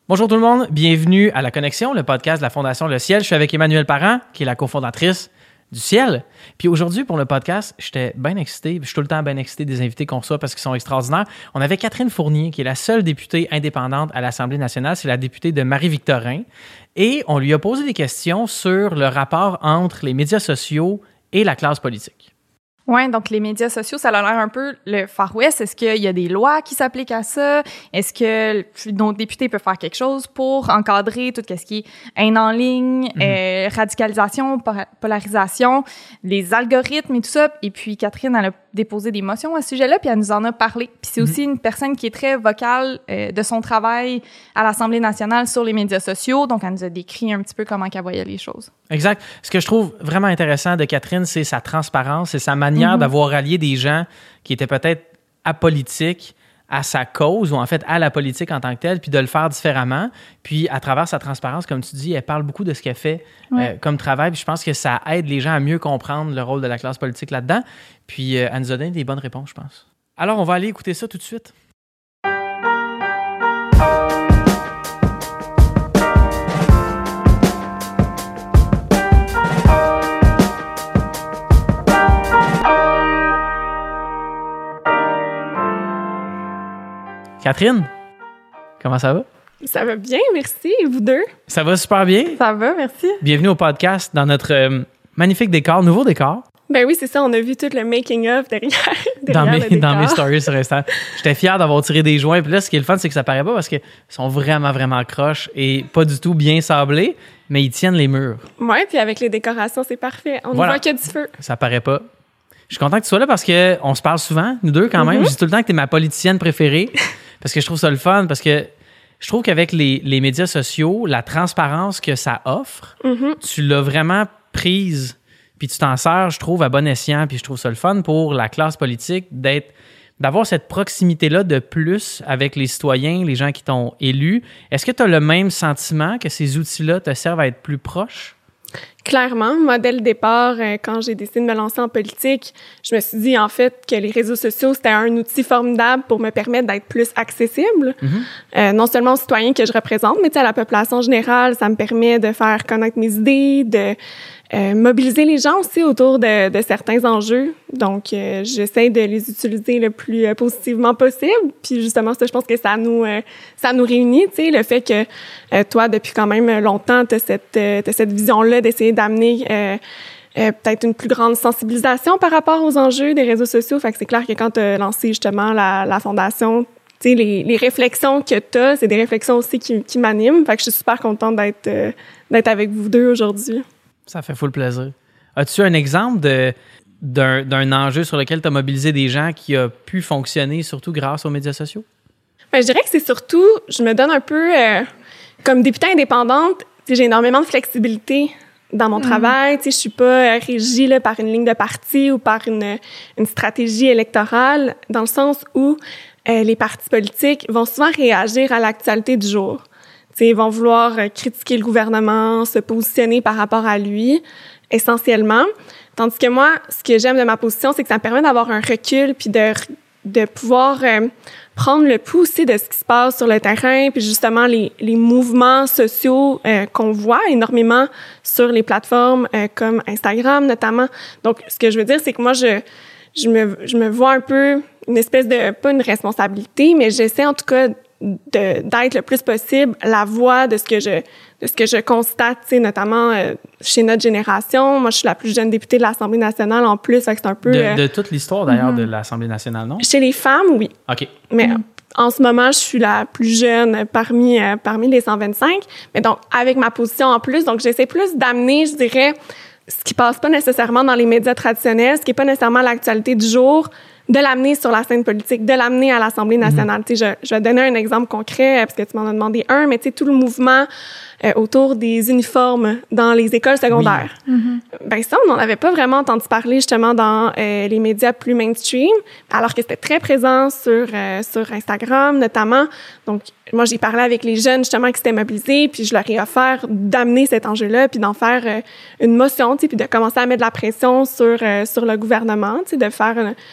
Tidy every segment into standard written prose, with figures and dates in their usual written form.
Bonjour tout le monde, bienvenue à La Connexion, le podcast de la Fondation Le Ciel. Je suis avec Emmanuelle Parent, qui est la cofondatrice du Ciel. Puis aujourd'hui, pour le podcast, j'étais bien excité. Je suis tout le temps bien excité des invités qu'on reçoit parce qu'ils sont extraordinaires. On avait Catherine Fournier, qui est la seule députée indépendante à l'Assemblée nationale. C'est la députée de Marie-Victorin. Et on lui a posé des questions sur le rapport entre les médias sociaux et la classe politique. Oui, donc les médias sociaux, ça a l'air un peu le Far West. Est-ce qu'il y a des lois qui s'appliquent à ça? Est-ce que nos députés peuvent faire quelque chose pour encadrer tout ce qui est haine en ligne, radicalisation, polarisation, les algorithmes et tout ça? Et puis Catherine, elle a déposé des motions à ce sujet-là, puis elle nous en a parlé. Puis c'est aussi une personne qui est très vocale de son travail à l'Assemblée nationale sur les médias sociaux. Donc, elle nous a décrit un petit peu comment elle voyait les choses. Exact. Ce que je trouve vraiment intéressant de Catherine, c'est sa transparence et sa manière d'avoir rallié des gens qui étaient peut-être apolitiques à sa cause ou en fait à la politique en tant que telle, puis de le faire différemment. Puis à travers sa transparence, comme tu dis, elle parle beaucoup de ce qu'elle fait comme travail. Puis je pense que ça aide les gens à mieux comprendre le rôle de la classe politique là-dedans. Puis elle nous a donné des bonnes réponses, je pense. Alors, on va aller écouter ça tout de suite. Catherine, comment ça va? Ça va bien, merci. Et vous deux? Ça va super bien. Ça va, merci. Bienvenue au podcast dans notre magnifique décor, nouveau décor. Ben oui, c'est ça, on a vu tout le making-of derrière dans mes stories sur Instagram. J'étais fier d'avoir tiré des joints. Puis là, ce qui est le fun, c'est que ça paraît pas parce qu'ils sont vraiment, vraiment croches et pas du tout bien sablés, mais ils tiennent les murs. Ouais, puis avec les décorations, c'est parfait. On ne voit que du feu. Ça paraît pas. Je suis content que tu sois là parce qu'on se parle souvent, nous deux quand même. Je dis tout le temps que tu es ma politicienne préférée parce que je trouve ça le fun, parce que je trouve qu'avec les médias sociaux, la transparence que ça offre, tu l'as vraiment prise, puis tu t'en sers, je trouve, à bon escient, puis je trouve ça le fun pour la classe politique d'avoir cette proximité-là de plus avec les citoyens, les gens qui t'ont élu. Est-ce que tu as le même sentiment que ces outils-là te servent à être plus proche? Clairement, moi, dès le départ, quand j'ai décidé de me lancer en politique, je me suis dit, en fait, que les réseaux sociaux, c'était un outil formidable pour me permettre d'être plus accessible, non seulement aux citoyens que je représente, mais à la population générale. Ça me permet de faire connaître mes idées, de mobiliser les gens aussi autour de certains enjeux. Donc, j'essaie de les utiliser le plus positivement possible. Puis justement, ça, je pense que ça nous réunit, tu sais, le fait que toi, depuis quand même longtemps, t'as cette vision-là d'essayer d'amener peut-être une plus grande sensibilisation par rapport aux enjeux des réseaux sociaux. Fait que c'est clair que quand tu as lancé justement la fondation, tu sais, les réflexions que tu as, c'est des réflexions aussi qui m'animent. Fait que je suis super contente d'être avec vous deux aujourd'hui. Ça fait full plaisir. As-tu un exemple d'un enjeu sur lequel tu as mobilisé des gens qui a pu fonctionner, surtout grâce aux médias sociaux? Ben, je dirais que c'est surtout, je me donne un peu, comme députée indépendante, j'ai énormément de flexibilité dans mon travail. Je suis pas régie là, par une ligne de parti ou par une stratégie électorale, dans le sens où les partis politiques vont souvent réagir à l'actualité du jour. Ils vont vouloir critiquer le gouvernement, se positionner par rapport à lui, essentiellement. Tandis que moi, ce que j'aime de ma position, c'est que ça me permet d'avoir un recul puis de pouvoir prendre le pouls aussi de ce qui se passe sur le terrain, puis justement les mouvements sociaux qu'on voit énormément sur les plateformes comme Instagram notamment. Donc, ce que je veux dire, c'est que moi, je me vois un peu une espèce de, pas une responsabilité, mais j'essaie en tout cas d'être le plus possible la voix de ce que je constate, tu sais, notamment chez notre génération. Moi, je suis la plus jeune députée de l'Assemblée nationale en plus, fait que c'est un peu... De toute l'histoire, d'ailleurs, de l'Assemblée nationale, non? Chez les femmes, oui. OK. Mais en ce moment, je suis la plus jeune parmi les 125. Mais donc, avec ma position en plus, donc j'essaie plus d'amener, je dirais, ce qui passe pas nécessairement dans les médias traditionnels, ce qui est pas nécessairement l'actualité du jour, de l'amener sur la scène politique, de l'amener à l'Assemblée nationale. Tu sais, je vais donner un exemple concret, parce que tu m'en as demandé un, mais tu sais, tout le mouvement autour des uniformes dans les écoles secondaires. Ben ça, on n'en avait pas vraiment entendu parler justement dans les médias plus mainstream, alors que c'était très présent sur Instagram notamment. Donc, moi, j'ai parlé avec les jeunes justement qui s'étaient mobilisés, puis je leur ai offert d'amener cet enjeu-là, puis d'en faire une motion, tu sais, puis de commencer à mettre de la pression sur le gouvernement, tu sais, de faire un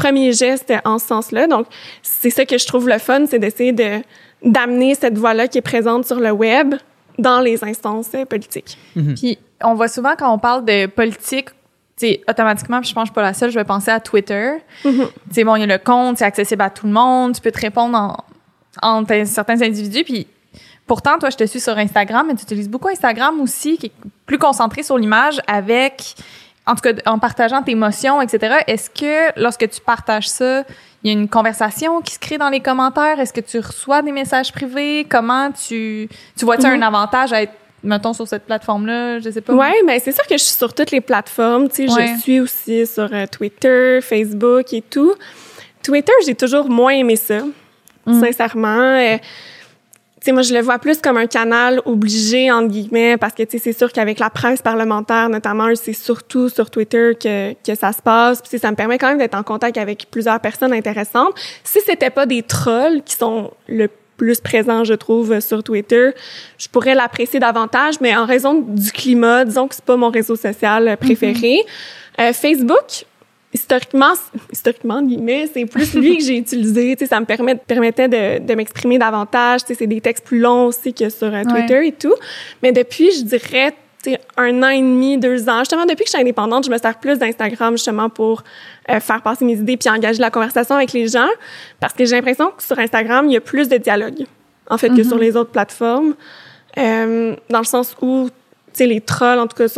premiers gestes en ce sens-là. Donc, c'est ça que je trouve le fun, c'est d'essayer d'amener cette voix-là qui est présente sur le web dans les instances politiques. Puis, on voit souvent quand on parle de politique, tu sais, automatiquement, puis je pense que je suis pas la seule, je vais penser à Twitter. Tu sais, bon, il y a le compte, c'est accessible à tout le monde, tu peux te répondre en certains individus, puis pourtant, toi, je te suis sur Instagram, mais tu utilises beaucoup Instagram aussi, qui est plus concentré sur l'image avec, en tout cas, en partageant tes émotions, etc. Est-ce que, lorsque tu partages ça, il y a une conversation qui se crée dans les commentaires? Est-ce que tu reçois des messages privés? Comment tu vois-tu un avantage à être, mettons, sur cette plateforme-là? Je sais pas. Ouais, mais c'est sûr que je suis sur toutes les plateformes. Tu sais, je suis aussi sur Twitter, Facebook et tout. Twitter, j'ai toujours moins aimé ça, sincèrement. Tu sais, moi, je le vois plus comme un canal obligé, entre guillemets, parce que, tu sais, c'est sûr qu'avec la presse parlementaire, notamment, c'est surtout sur Twitter que ça se passe. Puis, ça me permet quand même d'être en contact avec plusieurs personnes intéressantes. Si c'était pas des trolls qui sont le plus présents, je trouve, sur Twitter, je pourrais l'apprécier davantage, mais en raison du climat, disons que c'est pas mon réseau social préféré. Facebook, historiquement, guillemets, c'est plus lui que j'ai utilisé. Tu sais, ça me permettait de m'exprimer davantage. Tu sais, c'est des textes plus longs aussi que sur Twitter et tout. Mais depuis, je dirais, tu sais, 1 an et demi, 2 ans, justement, depuis que je suis indépendante, je me sers plus d'Instagram, justement, pour faire passer mes idées puis engager la conversation avec les gens. Parce que j'ai l'impression que sur Instagram, il y a plus de dialogue, en fait, que sur les autres plateformes. Dans le sens où, tu sais, les trolls, en tout cas,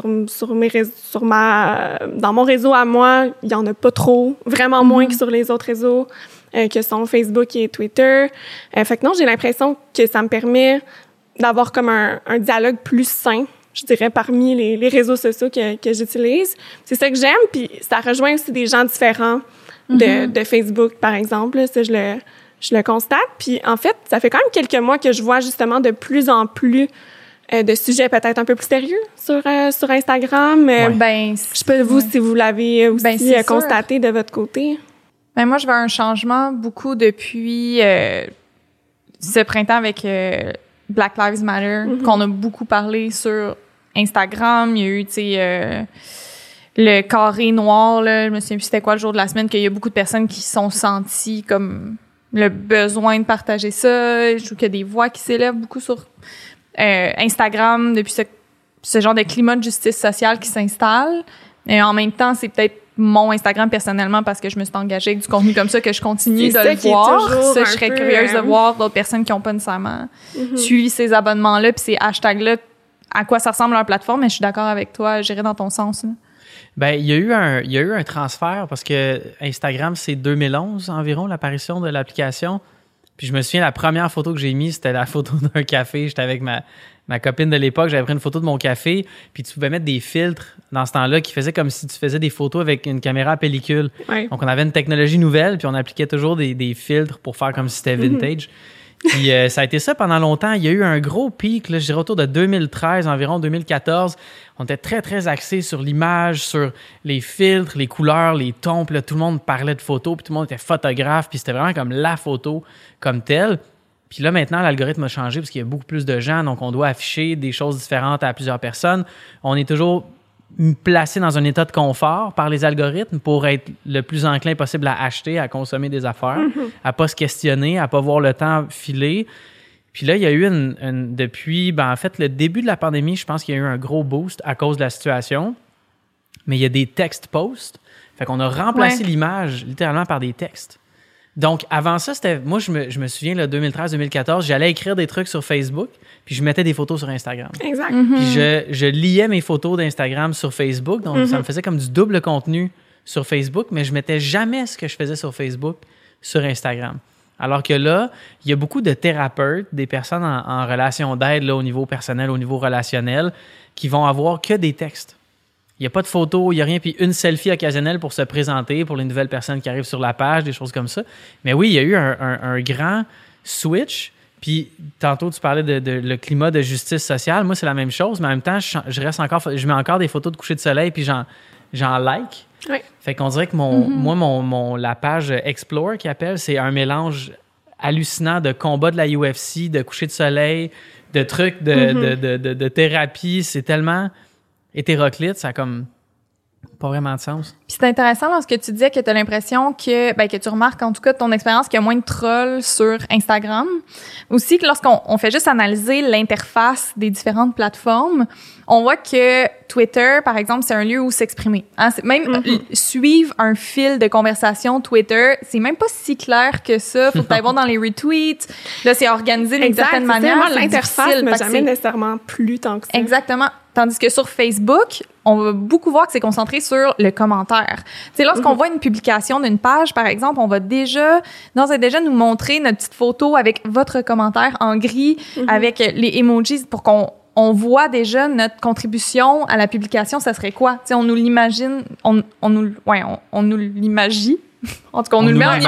dans mon réseau à moi, il y en a pas trop, vraiment moins que sur les autres réseaux, que sont Facebook et Twitter. Fait que non, j'ai l'impression que ça me permet d'avoir comme un dialogue plus sain, je dirais, parmi les réseaux sociaux que j'utilise. C'est ça que j'aime, puis ça rejoint aussi des gens différents de Facebook, par exemple. Ça, je le constate. Puis en fait, ça fait quand même quelques mois que je vois justement de plus en plus de sujets peut-être un peu plus sérieux sur Instagram. Je sais pas vous si vous l'avez aussi constaté de votre côté. Ben moi, je vois un changement beaucoup depuis ce printemps avec Black Lives Matter, qu'on a beaucoup parlé sur Instagram. Il y a eu, tu sais, le carré noir, là, je me souviens plus c'était quoi le jour de la semaine, qu'il y a beaucoup de personnes qui se sont senties comme le besoin de partager ça. Je trouve qu'il y a des voix qui s'élèvent beaucoup sur Instagram depuis ce genre de climat de justice sociale qui s'installe. Et en même temps, c'est peut-être mon Instagram personnellement parce que je me suis engagée avec du contenu comme ça que je continue de le voir. Ça, je serais curieuse de voir d'autres personnes qui n'ont pas nécessairement suivi ces abonnements-là puis ces hashtags-là, à quoi ça ressemble leur plateforme. Mais je suis d'accord avec toi, j'irai dans ton sens. Là. Ben, il y a eu un transfert parce que Instagram, c'est 2011 environ, l'apparition de l'application. Puis je me souviens, la première photo que j'ai mise, c'était la photo d'un café. J'étais avec ma copine de l'époque, j'avais pris une photo de mon café, puis tu pouvais mettre des filtres dans ce temps-là qui faisaient comme si tu faisais des photos avec une caméra à pellicule. Ouais. Donc, on avait une technologie nouvelle, puis on appliquait toujours des filtres pour faire comme si c'était vintage. Puis ça a été ça pendant longtemps. Il y a eu un gros pic, là, je dirais autour de 2013, environ 2014. On était très, très axé sur l'image, sur les filtres, les couleurs, les tons. Puis là, tout le monde parlait de photos, puis tout le monde était photographe, puis c'était vraiment comme la photo comme telle. Puis là, maintenant, l'algorithme a changé parce qu'il y a beaucoup plus de gens, donc on doit afficher des choses différentes à plusieurs personnes. On est toujours placé dans un état de confort par les algorithmes pour être le plus enclin possible à acheter, à consommer des affaires, à pas se questionner, à pas voir le temps filer. Puis là, il y a eu depuis, en fait, le début de la pandémie, je pense qu'il y a eu un gros boost à cause de la situation. Mais il y a des text posts. Fait qu'on a remplacé l'image littéralement par des textes. Donc, avant ça, c'était... Moi, je me souviens, là, 2013-2014, j'allais écrire des trucs sur Facebook, puis je mettais des photos sur Instagram. Exact. Puis je liais mes photos d'Instagram sur Facebook, donc ça me faisait comme du double contenu sur Facebook, mais je mettais jamais ce que je faisais sur Facebook sur Instagram. Alors que là, il y a beaucoup de thérapeutes, des personnes en relation d'aide là, au niveau personnel, au niveau relationnel, qui vont avoir que des textes. Il n'y a pas de photos, il n'y a rien, puis une selfie occasionnelle pour se présenter pour les nouvelles personnes qui arrivent sur la page, des choses comme ça. Mais oui, il y a eu un grand switch. Puis tantôt, tu parlais de le climat de justice sociale. Moi, c'est la même chose, mais en même temps, je mets encore des photos de coucher de soleil, puis j'en like. Oui. Fait qu'on dirait que moi, la page Explore qui appelle, c'est un mélange hallucinant de combats de la UFC, de coucher de soleil, de trucs de thérapie. C'est tellement hétéroclite, ça comme... Pas vraiment de sens. Puis c'est intéressant lorsque tu disais que tu as l'impression que tu remarques en tout cas de ton expérience qu'il y a moins de trolls sur Instagram. Aussi que lorsqu'on fait juste analyser l'interface des différentes plateformes, on voit que Twitter, par exemple, c'est un lieu où s'exprimer. Hein? Suivre un fil de conversation Twitter, c'est même pas si clair que ça. Faut que t'ailles voir dans les retweets. Là, c'est organisé d'une certaine manière. Moi, l'interface m'a jamais nécessairement plu tant que ça. Exactement. Tandis que sur Facebook, on va beaucoup voir que c'est concentré sur le commentaire. Tu sais, lorsqu'on voit une publication d'une page, par exemple, on va déjà nous montrer notre petite photo avec votre commentaire en gris, avec les emojis pour qu'on voit déjà notre contribution à la publication, ça serait quoi? Tu sais, on nous l'imagine, on nous l'imagine. En tout cas, on nous le met en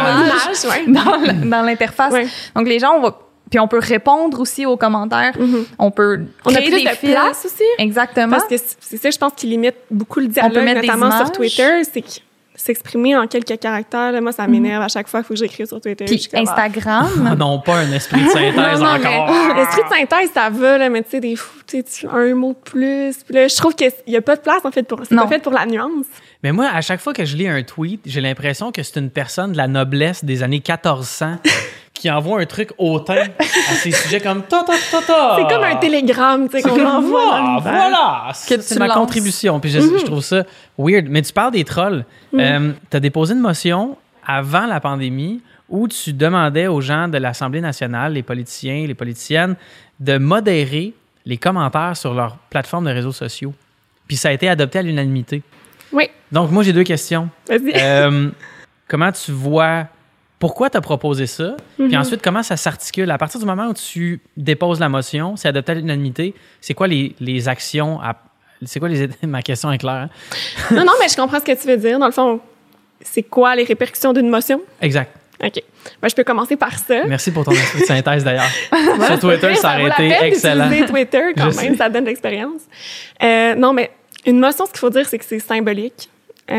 image dans l'interface. Ouais. Donc, les gens, puis on peut répondre aussi aux commentaires. On peut créer des fils. Place aussi. Exactement. Parce que c'est ça, je pense, qui limite beaucoup le dialogue, notamment sur Twitter. C'est que s'exprimer en quelques caractères, là, moi, ça m'énerve à chaque fois qu'il faut que j'écrive sur Twitter. Puis Instagram. Non, pas un esprit de synthèse encore. L'esprit de synthèse, ça va, là, mais tu sais, un mot de plus. Puis là, je trouve qu'il n'y a pas de place, en fait, c'est pas fait pour la nuance. Mais moi, à chaque fois que je lis un tweet, j'ai l'impression que c'est une personne de la noblesse des années 1400 qui envoie un truc hautain à ces sujets comme ta. C'est comme un télégramme, tu sais, qu'on envoie. Voilà! C'est ma contribution. Puis je trouve ça weird. Mais tu parles des trolls. Tu as déposé une motion avant la pandémie où tu demandais aux gens de l'Assemblée nationale, les politiciens, les politiciennes, de modérer les commentaires sur leurs plateformes de réseaux sociaux. Puis ça a été adopté à l'unanimité. Oui. Donc, moi, j'ai 2 questions. Vas-y. Comment tu vois... Pourquoi tu as proposé ça? Puis ensuite, comment ça s'articule? À partir du moment où tu déposes la motion, c'est adopté à l'unanimité, c'est quoi les actions? C'est quoi ma question est claire. Hein? Non, mais je comprends ce que tu veux dire. Dans le fond, c'est quoi les répercussions d'une motion? Exact. OK. Ben, je peux commencer par ça. Merci pour ton esprit de synthèse, d'ailleurs. Sur Twitter, ça aurait été excellent. Twitter, quand même, ça donne de l'expérience. Non, mais une motion, ce qu'il faut dire, c'est que c'est symbolique.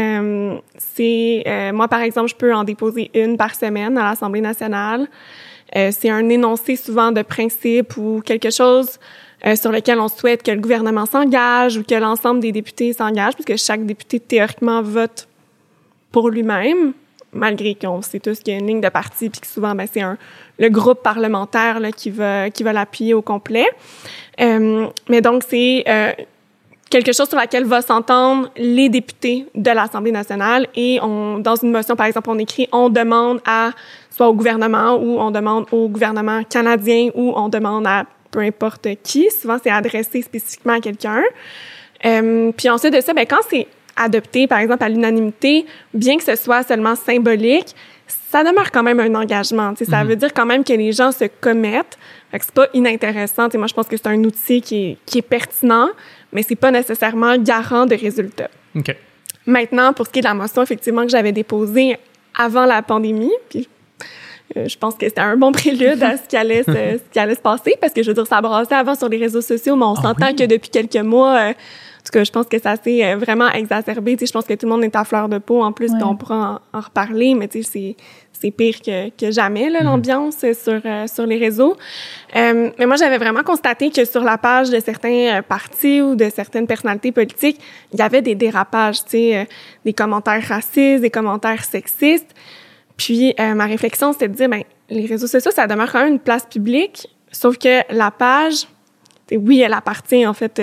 Moi, par exemple, je peux en déposer une par semaine à l'Assemblée nationale. C'est un énoncé souvent de principe ou quelque chose sur lequel on souhaite que le gouvernement s'engage ou que l'ensemble des députés s'engagent, puisque chaque député, théoriquement, vote pour lui-même, malgré qu'on sait tous qu'il y a une ligne de parti, puis que souvent, c'est le groupe parlementaire là, qui va l'appuyer au complet. Mais donc, c'est quelque chose sur laquelle va s'entendre les députés de l'Assemblée nationale et dans une motion, par exemple, on écrit « on demande soit au gouvernement ou on demande au gouvernement canadien ou on demande à peu importe qui ». Souvent, c'est adressé spécifiquement à quelqu'un. Puis ensuite de ça, quand c'est adopté, par exemple, à l'unanimité, bien que ce soit seulement symbolique, ça demeure quand même un engagement. Ça veut dire quand même que les gens se commettent. Fait que c'est pas inintéressant. Moi, je pense que c'est un outil qui est pertinent, mais c'est pas nécessairement garant de résultats. OK. Maintenant, pour ce qui est de la motion, effectivement, que j'avais déposée avant la pandémie, puis je pense que c'était un bon prélude à ce qui allait se passer, parce que, je veux dire, ça brassait avant sur les réseaux sociaux, mais on s'entend que depuis quelques mois... en tout cas, je pense que ça s'est vraiment exacerbé. Je pense que tout le monde est à fleur de peau. En plus, on pourra en reparler, mais c'est pire que jamais, là, l'ambiance sur les réseaux. Mais moi, j'avais vraiment constaté que sur la page de certains partis ou de certaines personnalités politiques, il y avait des dérapages, des commentaires racistes, des commentaires sexistes. Puis, ma réflexion, c'était de dire, les réseaux sociaux, ça demeure quand même une place publique, sauf que la page, oui, elle appartient, en fait,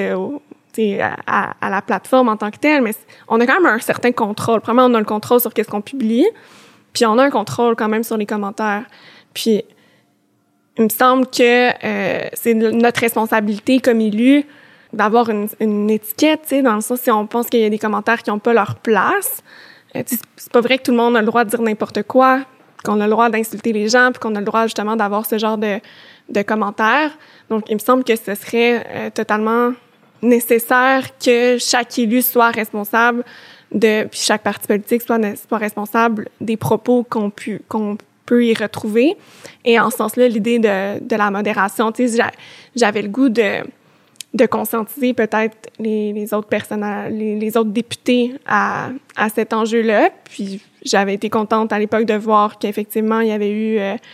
à la plateforme en tant que telle, mais on a quand même un certain contrôle. Premièrement, on a le contrôle sur qu'est-ce qu'on publie, puis on a un contrôle quand même sur les commentaires. Puis, il me semble que c'est notre responsabilité comme élus d'avoir une étiquette, dans le sens si on pense qu'il y a des commentaires qui n'ont pas leur place. C'est pas vrai que tout le monde a le droit de dire n'importe quoi, qu'on a le droit d'insulter les gens, puis qu'on a le droit justement d'avoir ce genre de commentaires. Donc, il me semble que ce serait totalement nécessaire que chaque élu soit responsable puis chaque parti politique soit responsable des propos qu'on peut y retrouver. Et en ce sens-là, l'idée de la modération, j'avais le goût de conscientiser peut-être les autres personnes, les autres députés à cet enjeu-là. Puis j'avais été contente à l'époque de voir qu'effectivement, il y avait eu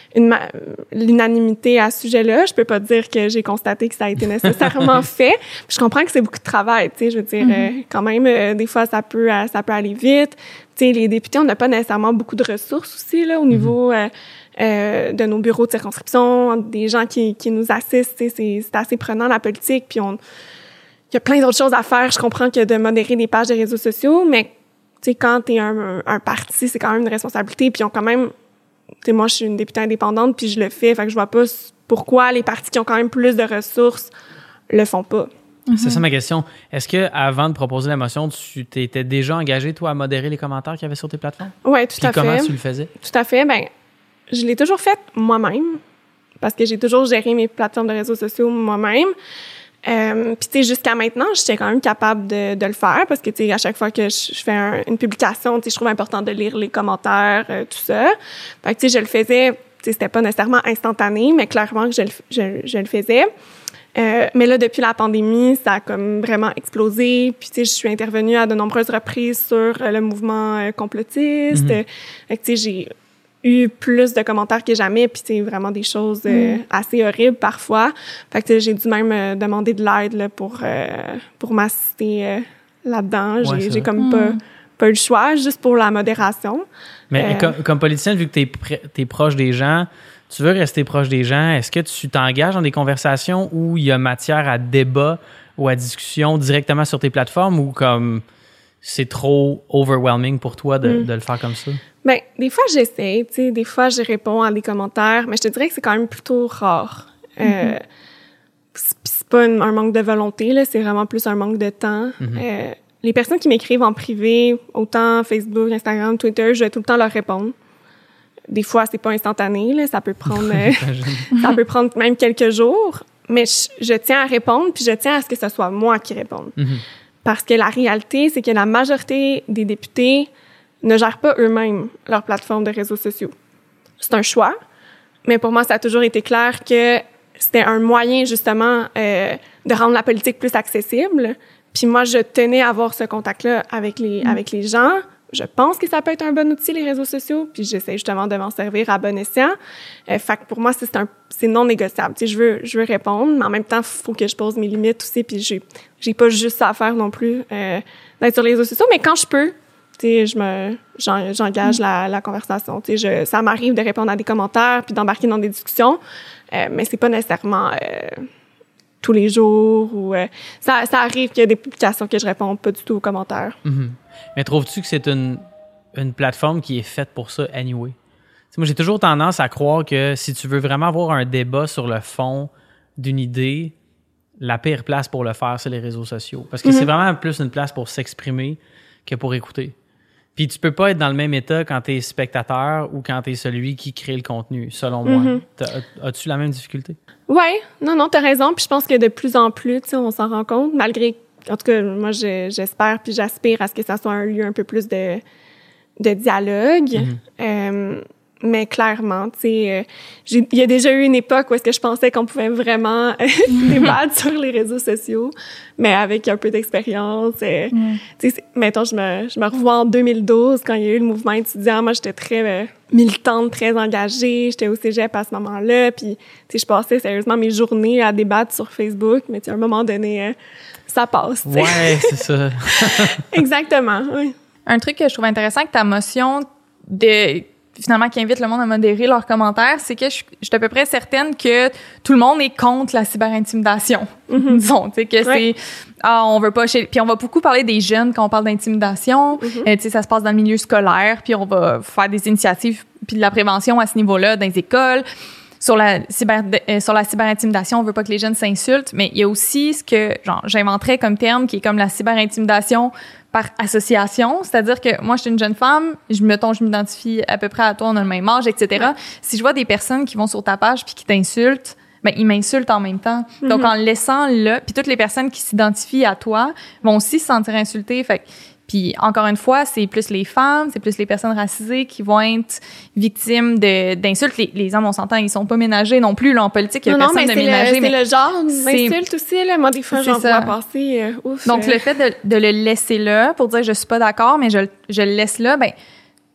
l'unanimité à ce sujet-là. Je peux pas dire que j'ai constaté que ça a été nécessairement fait. Puis je comprends que c'est beaucoup de travail, tu sais. Je veux dire, quand même, des fois, ça peut aller vite. Tu sais, les députés, on n'a pas nécessairement beaucoup de ressources aussi, là, au niveau de nos bureaux de circonscription, des gens qui nous assistent. Tu sais, c'est assez prenant, la politique. Puis il y a plein d'autres choses à faire. Je comprends que de modérer des pages de réseaux sociaux, mais tu sais, quand t'es un parti, c'est quand même une responsabilité. Puis ils ont quand même, tu sais, moi, je suis une députée indépendante, puis je le fais. Fait que je vois pas pourquoi les partis qui ont quand même plus de ressources le font pas. C'est ça ma question. Est-ce que avant de proposer la motion, tu t'étais déjà engagé, toi, à modérer les commentaires qu'il y avait sur tes plateformes? Oui, tout à fait. Comment tu le faisais? Tout à fait. Ben, je l'ai toujours fait moi-même, parce que j'ai toujours géré mes plateformes de réseaux sociaux moi-même. Puis tu sais, jusqu'à maintenant, j'étais quand même capable de le faire, parce que tu sais, à chaque fois que je fais une publication, tu sais, je trouve important de lire les commentaires, tout ça. Fait que tu sais, je le faisais, tu sais, c'était pas nécessairement instantané, mais clairement que je le faisais. Mais là, depuis la pandémie, ça a comme vraiment explosé. Puis, tu sais, je suis intervenue à de nombreuses reprises sur le mouvement complotiste. Fait que, tu sais, j'ai eu plus de commentaires que jamais. Puis, tu sais, vraiment des choses assez horribles parfois. Fait que, tu sais, j'ai dû même demander de l'aide là, pour m'assister là-dedans. Ouais, j'ai comme pas eu le choix, juste pour la modération. Mais comme politicienne, vu que t'es proche des gens, tu veux rester proche des gens, est-ce que tu t'engages dans des conversations où il y a matière à débat ou à discussion directement sur tes plateformes, ou comme c'est trop overwhelming pour toi de le faire comme ça? Ben, des fois, j'essaie, tu sais, des fois, je réponds à des commentaires, mais je te dirais que c'est quand même plutôt rare. C'est pas un manque de volonté, là, c'est vraiment plus un manque de temps. Les personnes qui m'écrivent en privé, autant Facebook, Instagram, Twitter, je vais tout le temps leur répondre. Des fois, c'est pas instantané, là, ça peut prendre même quelques jours, mais je tiens à répondre, puis je tiens à ce que ce soit moi qui réponde. Parce que la réalité, c'est que la majorité des députés ne gèrent pas eux-mêmes leur plateforme de réseaux sociaux. C'est un choix, mais pour moi, ça a toujours été clair que c'était un moyen, justement, de rendre la politique plus accessible. Puis moi, je tenais à avoir ce contact-là avec les gens. Je pense que ça peut être un bon outil, les réseaux sociaux, puis j'essaie justement de m'en servir à bon escient. Fait que pour moi, c'est non négociable. Tu sais, je veux répondre, mais en même temps, il faut que je pose mes limites aussi, puis j'ai pas juste ça à faire non plus d'être sur les réseaux sociaux, mais quand je peux, tu sais, j'engage la conversation. Tu sais, ça m'arrive de répondre à des commentaires puis d'embarquer dans des discussions, mais c'est pas nécessairement tous les jours, ou ça arrive qu'il y a des publications que je réponds pas du tout aux commentaires. Mais trouves-tu que c'est une plateforme qui est faite pour ça anyway? T'sais, moi, j'ai toujours tendance à croire que si tu veux vraiment avoir un débat sur le fond d'une idée, la pire place pour le faire, c'est les réseaux sociaux. Parce que c'est vraiment plus une place pour s'exprimer que pour écouter. Puis tu peux pas être dans le même état quand t'es spectateur ou quand t'es celui qui crée le contenu, selon moi. As-tu la même difficulté? Ouais, non, t'as raison. Puis je pense que de plus en plus, tu sais, on s'en rend compte, malgré, en tout cas, moi, j'espère puis j'aspire à ce que ça soit un lieu un peu plus de dialogue. Mais clairement, tu sais, il y a déjà eu une époque où est-ce que je pensais qu'on pouvait vraiment débattre sur les réseaux sociaux, mais avec un peu d'expérience. Tu sais, mettons, je me revois en 2012 quand il y a eu le mouvement étudiant. Moi, j'étais très militante, très engagée. J'étais au cégep à ce moment-là, puis tu sais, je passais sérieusement mes journées à débattre sur Facebook, mais tu sais, à un moment donné, ça passe. T'sais. Ouais, c'est ça. Exactement, oui. Un truc que je trouve intéressant avec ta motion finalement, qui invite le monde à modérer leurs commentaires, c'est que je suis à peu près certaine que tout le monde est contre la cyberintimidation. Disons, tu sais, que c'est, on veut pas puis on va beaucoup parler des jeunes quand on parle d'intimidation. Tu sais, ça se passe dans le milieu scolaire, puis on va faire des initiatives puis de la prévention à ce niveau-là dans les écoles. Sur la cyberintimidation, on veut pas que les jeunes s'insultent, mais il y a aussi ce que, j'inventerais comme terme, qui est comme la cyberintimidation par association, c'est-à-dire que moi, je suis une jeune femme, je m'identifie à peu près à toi, on a le même âge, etc. Ouais. Si je vois des personnes qui vont sur ta page puis qui t'insultent, ben ils m'insultent en même temps. Donc, en le laissant là, puis toutes les personnes qui s'identifient à toi vont aussi se sentir insultées. Fait puis encore une fois, c'est plus les femmes, c'est plus les personnes racisées qui vont être victimes d'insultes. Les hommes, on s'entend, ils sont pas ménagés non plus. Là, en politique, il y a personne de ménagé. C'est le genre d'insulte aussi. Là. Moi, des fois, j'en vois passer. Donc, le fait de le laisser là pour dire je suis pas d'accord, mais je le laisse là, ben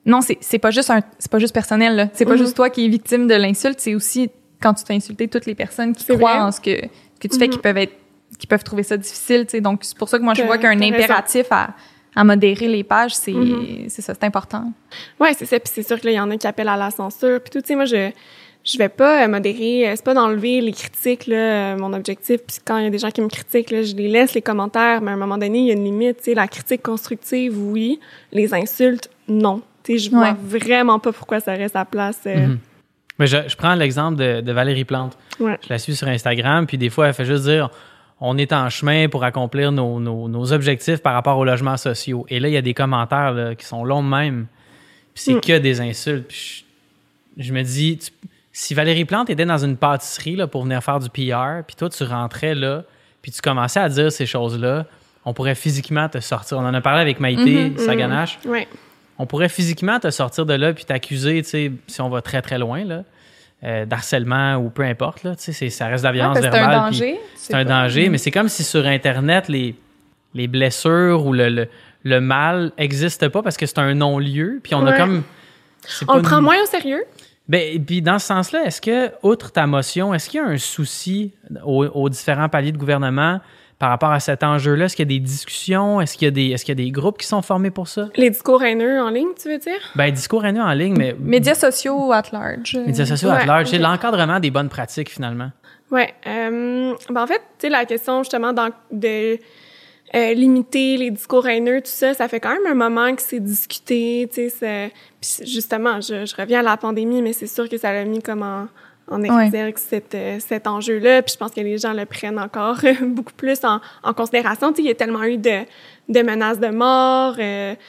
non, c'est pas juste personnel, là. C'est pas juste toi qui es victime de l'insulte, c'est aussi quand tu t'es insulté toutes les personnes qui croient en ce que tu fais qui peuvent trouver ça difficile, tu sais. Donc, c'est pour ça que moi, je vois qu'un impératif à modérer les pages, c'est ça, c'est important. Ouais, c'est ça. Puis c'est sûr qu'il y en a qui appellent à la censure. Puis tout, tu sais, moi, je vais pas modérer, c'est pas d'enlever les critiques, là, mon objectif. Puis quand il y a des gens qui me critiquent, là, je les laisse, les commentaires, mais à un moment donné, il y a une limite, tu sais. La critique constructive, oui. Les insultes, non. Tu sais, je vois vraiment pas pourquoi ça reste à place. Mais je prends l'exemple de Valérie Plante. Ouais. Je la suis sur Instagram, puis des fois, elle fait juste dire on est en chemin pour accomplir nos objectifs par rapport aux logements sociaux. Et là, il y a des commentaires là, qui sont longs de même, puis c'est que des insultes. Puis je me dis, si Valérie Plante était dans une pâtisserie là, pour venir faire du PR, puis toi, tu rentrais là, puis tu commençais à dire ces choses-là, on pourrait physiquement te sortir. On en a parlé avec Maïté Saganache. Ouais. On pourrait physiquement te sortir de là puis t'accuser, tu sais, si on va très, très loin, là, d'harcèlement ou peu importe, là, tu sais, ça reste de la violence verbale. C'est un danger. C'est un danger, mais c'est comme si sur Internet, les blessures ou le mal n'existent pas parce que c'est un non-lieu, puis on a comme... On le prend moins au sérieux. Ben, puis dans ce sens-là, est-ce que, outre ta motion, est-ce qu'il y a un souci aux différents paliers de gouvernement par rapport à cet enjeu-là? Est-ce qu'il y a des discussions? Est-ce qu'il y a des groupes qui sont formés pour ça? Les discours haineux en ligne, tu veux dire? Ben, discours haineux en ligne, mais... Médias sociaux at large. Médias sociaux at large. C'est l'encadrement des bonnes pratiques, finalement. Ouais. Ben, en fait, tu sais, la question, justement, de limiter les discours haineux, tout ça, ça fait quand même un moment que c'est discuté, tu sais. Puis justement, je reviens à la pandémie, mais c'est sûr que ça l'a mis comme en exergue cet enjeu-là. Puis je pense que les gens le prennent encore beaucoup plus en considération. Tu sais, il y a tellement eu de menaces de mort,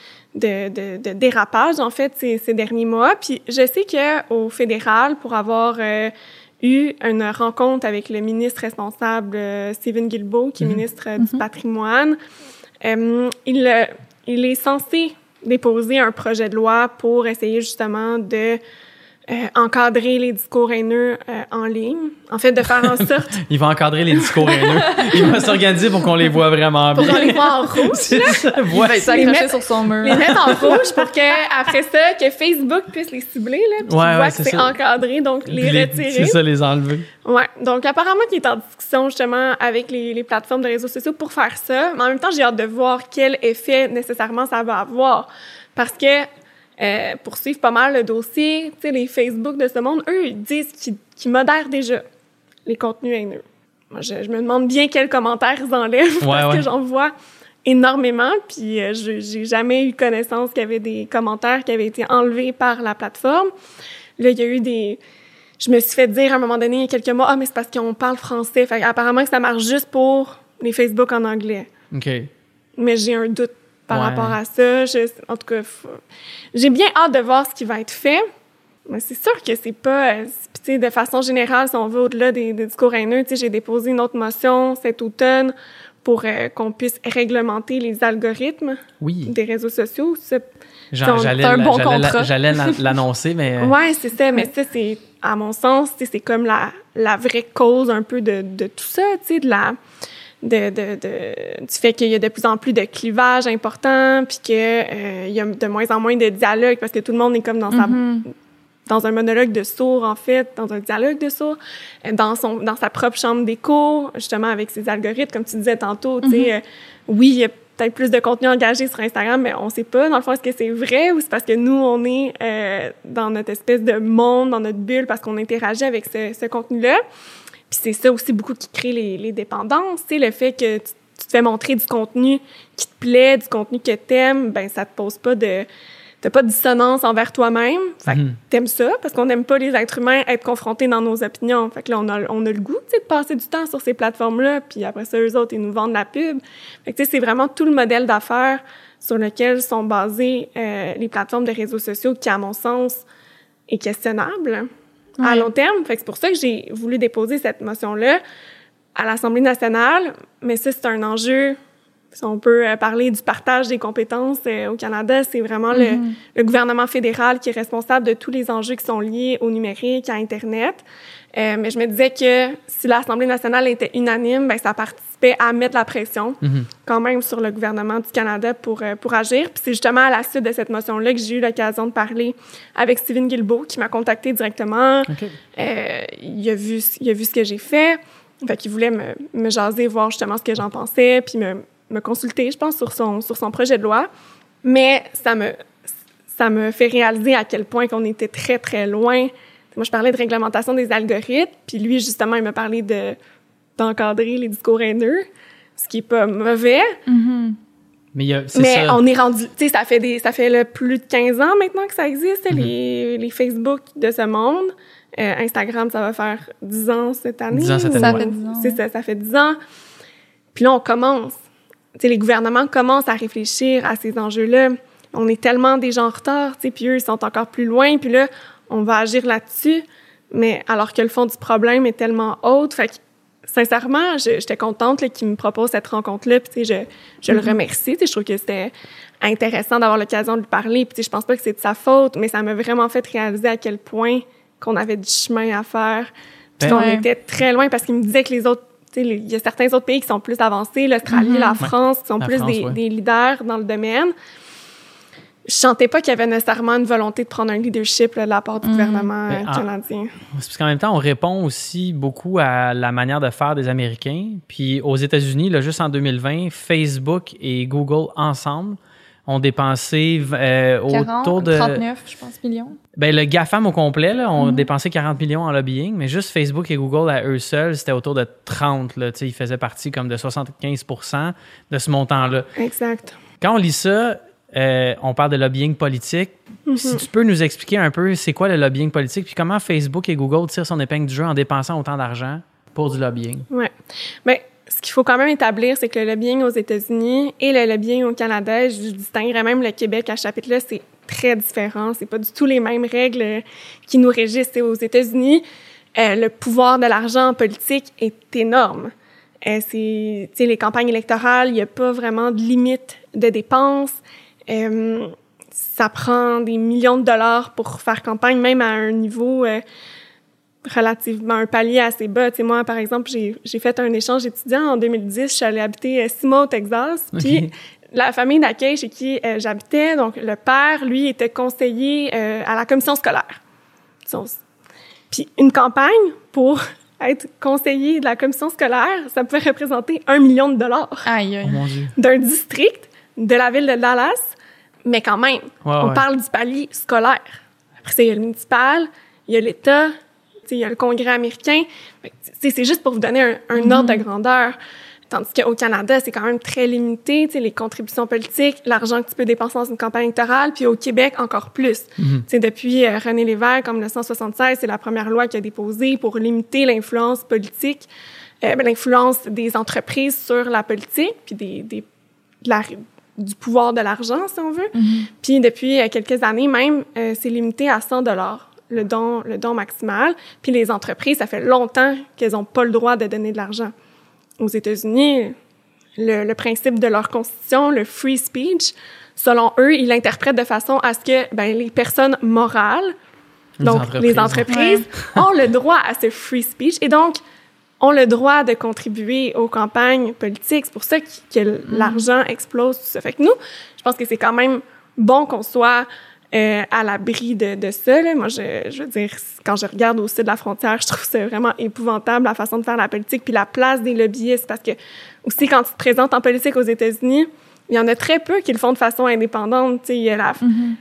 de dérapages, en fait, ces derniers mois. Puis je sais qu'au fédéral, pour avoir eu une rencontre avec le ministre responsable, Stephen Guilbeault, qui est ministre du patrimoine, il est censé déposer un projet de loi pour essayer justement de encadrer les discours haineux en ligne. En fait, de faire en sorte... Il va encadrer les discours haineux. Il va s'organiser pour qu'on les voit vraiment bien. Pour qu'on les voit en rouge. C'est ça. Il va s'accrocher sur son mur. Les mettre en rouge pour que, après ça, que Facebook puisse les cibler, là, puis qu'ils voient que c'est encadré, donc les retirer. C'est ça, les enlever. Ouais. Donc, apparemment, qu'il est en discussion, justement, avec les plateformes de réseaux sociaux pour faire ça. Mais en même temps, j'ai hâte de voir quel effet, nécessairement, ça va avoir. Parce que, pour suivre pas mal le dossier, tu sais, les Facebook de ce monde, eux, ils disent qu'ils modèrent déjà les contenus haineux. Moi, je me demande bien quels commentaires ils enlèvent parce que j'en vois énormément, puis j'ai jamais eu connaissance qu'il y avait des commentaires qui avaient été enlevés par la plateforme. Là, il y a eu je me suis fait dire à un moment donné, il y a quelques mois, mais c'est parce qu'on parle français. Fait apparemment que ça marche juste pour les Facebook en anglais. OK. Mais j'ai un doute par rapport à ça. En tout cas, j'ai bien hâte de voir ce qui va être fait. Mais c'est sûr que c'est pas... tu sais, de façon générale, si on veut au-delà des discours haineux, tu sais, j'ai déposé une autre motion cet automne pour qu'on puisse réglementer les algorithmes des réseaux sociaux. J'allais l'annoncer, mais... Ouais, c'est ça. Mais ça, c'est, à mon sens, tu sais, c'est comme la vraie cause un peu de tout ça, tu sais, du fait qu'il y a de plus en plus de clivages importants, puis que il y a de moins en moins de dialogue parce que tout le monde est comme dans un monologue de sourds, en fait, dans un dialogue de sourds, dans sa propre chambre d'écho, justement avec ses algorithmes, comme tu disais tantôt, tu sais, oui, il y a peut-être plus de contenu engagé sur Instagram, mais on sait pas, dans le fond, est-ce que c'est vrai ou c'est parce que nous, on est dans notre espèce de monde, dans notre bulle, parce qu'on interagit avec ce contenu-là. Puis c'est ça aussi beaucoup qui crée les dépendances, tu sais, le fait que tu te fais montrer du contenu qui te plaît, du contenu que t'aimes, ben ça te pose pas t'as pas de dissonance envers toi-même. Fait que t'aimes ça, parce qu'on n'aime pas les êtres humains être confrontés dans nos opinions. Fait que là, on a le goût, tu sais, de passer du temps sur ces plateformes-là, puis après ça, eux autres, ils nous vendent la pub. Fait que tu sais, c'est vraiment tout le modèle d'affaires sur lequel sont basées les plateformes de réseaux sociaux qui, à mon sens, est questionnable à long terme. Fait que c'est pour ça que j'ai voulu déposer cette motion-là à l'Assemblée nationale. Mais ça, c'est un enjeu, si on peut parler du partage des compétences au Canada, c'est vraiment le gouvernement fédéral qui est responsable de tous les enjeux qui sont liés au numérique, à Internet. Mais je me disais que si l'Assemblée nationale était unanime, ben ça participait à mettre la pression quand même sur le gouvernement du Canada pour agir. Puis c'est justement à la suite de cette motion-là que j'ai eu l'occasion de parler avec Stephen Guilbeault, qui m'a contacté directement. OK. Il a vu ce que j'ai fait. Fait qu'il voulait me jaser, voir justement ce que j'en pensais, puis me consulter, je pense, sur son projet de loi. Mais ça me fait réaliser à quel point qu'on était très, très loin. Moi, je parlais de réglementation des algorithmes, puis lui, justement, il m'a parlé d'encadrer les discours haineux, ce qui est pas mauvais. Mais ça. On est rendu... Tu sais, ça fait plus de 15 ans maintenant que ça existe, les Facebook de ce monde. Instagram, ça va faire 10 ans cette année. 10 ans cette année. Ça fait 10 ans. C'est ça fait 10 ans. Puis là, on commence. Tu sais, les gouvernements commencent à réfléchir à ces enjeux-là. On est tellement déjà en retard, tu sais, puis eux, ils sont encore plus loin. Puis là, on va agir là-dessus, mais alors que le fond du problème est tellement haut. Fait que, sincèrement, j'étais contente qu'ils me proposent cette rencontre-là. Puis, tu sais, je le remercie. Tu sais, je trouve que c'était intéressant d'avoir l'occasion de lui parler. Puis, tu sais, je pense pas que c'est de sa faute, mais ça m'a vraiment fait réaliser à quel point qu'on avait du chemin à faire. Puis qu'on était très loin, parce qu'il me disait que les autres, tu sais, il y a certains autres pays qui sont plus avancés, l'Australie, la France, qui sont des leaders dans le domaine. Je sentais pas qu'il y avait nécessairement une volonté de prendre un leadership là, de la part du gouvernement canadien. C'est parce qu'en même temps, on répond aussi beaucoup à la manière de faire des Américains. Puis aux États-Unis, là, juste en 2020, Facebook et Google ensemble ont dépensé autour de 39, je pense, millions. Ben, le GAFAM au complet là, ont dépensé 40 millions en lobbying, mais juste Facebook et Google à eux seuls, c'était autour de 30. Là, ils faisaient partie comme de 75% de ce montant-là. Exact. Quand on lit ça, on parle de lobbying politique. Si tu peux nous expliquer un peu c'est quoi le lobbying politique, puis comment Facebook et Google tirent son épingle du jeu en dépensant autant d'argent pour du lobbying? Oui. Bien, ce qu'il faut quand même établir, c'est que le lobbying aux États-Unis et le lobbying au Canada, je distinguerais même le Québec à ce chapitre-là, c'est très différent. C'est pas du tout les mêmes règles qui nous régissent. Et aux États-Unis, le pouvoir de l'argent en politique est énorme. C'est, tu sais, les campagnes électorales, il n'y a pas vraiment de limite de dépenses. Ça prend des millions de dollars pour faire campagne, même à un niveau relativement, un palier assez bas. Tu sais, moi, par exemple, j'ai fait un échange étudiant en 2010. Je suis allée habiter 6 mois au Texas. Puis la famille d'accueil chez qui j'habitais, donc le père, lui, était conseiller à la commission scolaire. Puis une campagne pour être conseiller de la commission scolaire, ça pouvait représenter $1 million. Aïe, aïe. Oh mon Dieu. D'un district de la ville de Dallas, mais quand même, on parle du palier scolaire. Après ça, il y a le municipal, il y a l'État, il y a le Congrès américain. C'est juste pour vous donner un ordre de grandeur. Tandis qu'au Canada, c'est quand même très limité, les contributions politiques, l'argent que tu peux dépenser dans une campagne électorale, puis au Québec, encore plus. Depuis René Lévesque, en 1976, c'est la première loi qui a déposé pour limiter l'influence politique, l'influence des entreprises sur la politique, puis du pouvoir de l'argent, si on veut. Puis depuis quelques années même, c'est limité à $100, le don maximal. Puis les entreprises, ça fait longtemps qu'elles n'ont pas le droit de donner de l'argent. Aux États-Unis, le principe de leur constitution, le free speech, selon eux, ils l'interprètent de façon à ce que les personnes morales, les entreprises, ont le droit à ce free speech et donc ont le droit de contribuer aux campagnes politiques. C'est pour ça que l'argent explose, tout ça. Fait que nous, je pense que c'est quand même bon qu'on soit à l'abri de ça. Là. Moi, je veux dire, quand je regarde au sud de la frontière, je trouve ça vraiment épouvantable, la façon de faire la politique, puis la place des lobbyistes, parce que aussi, quand tu te présentes en politique aux États-Unis, il y en a très peu qui le font de façon indépendante. Tu sais, il y a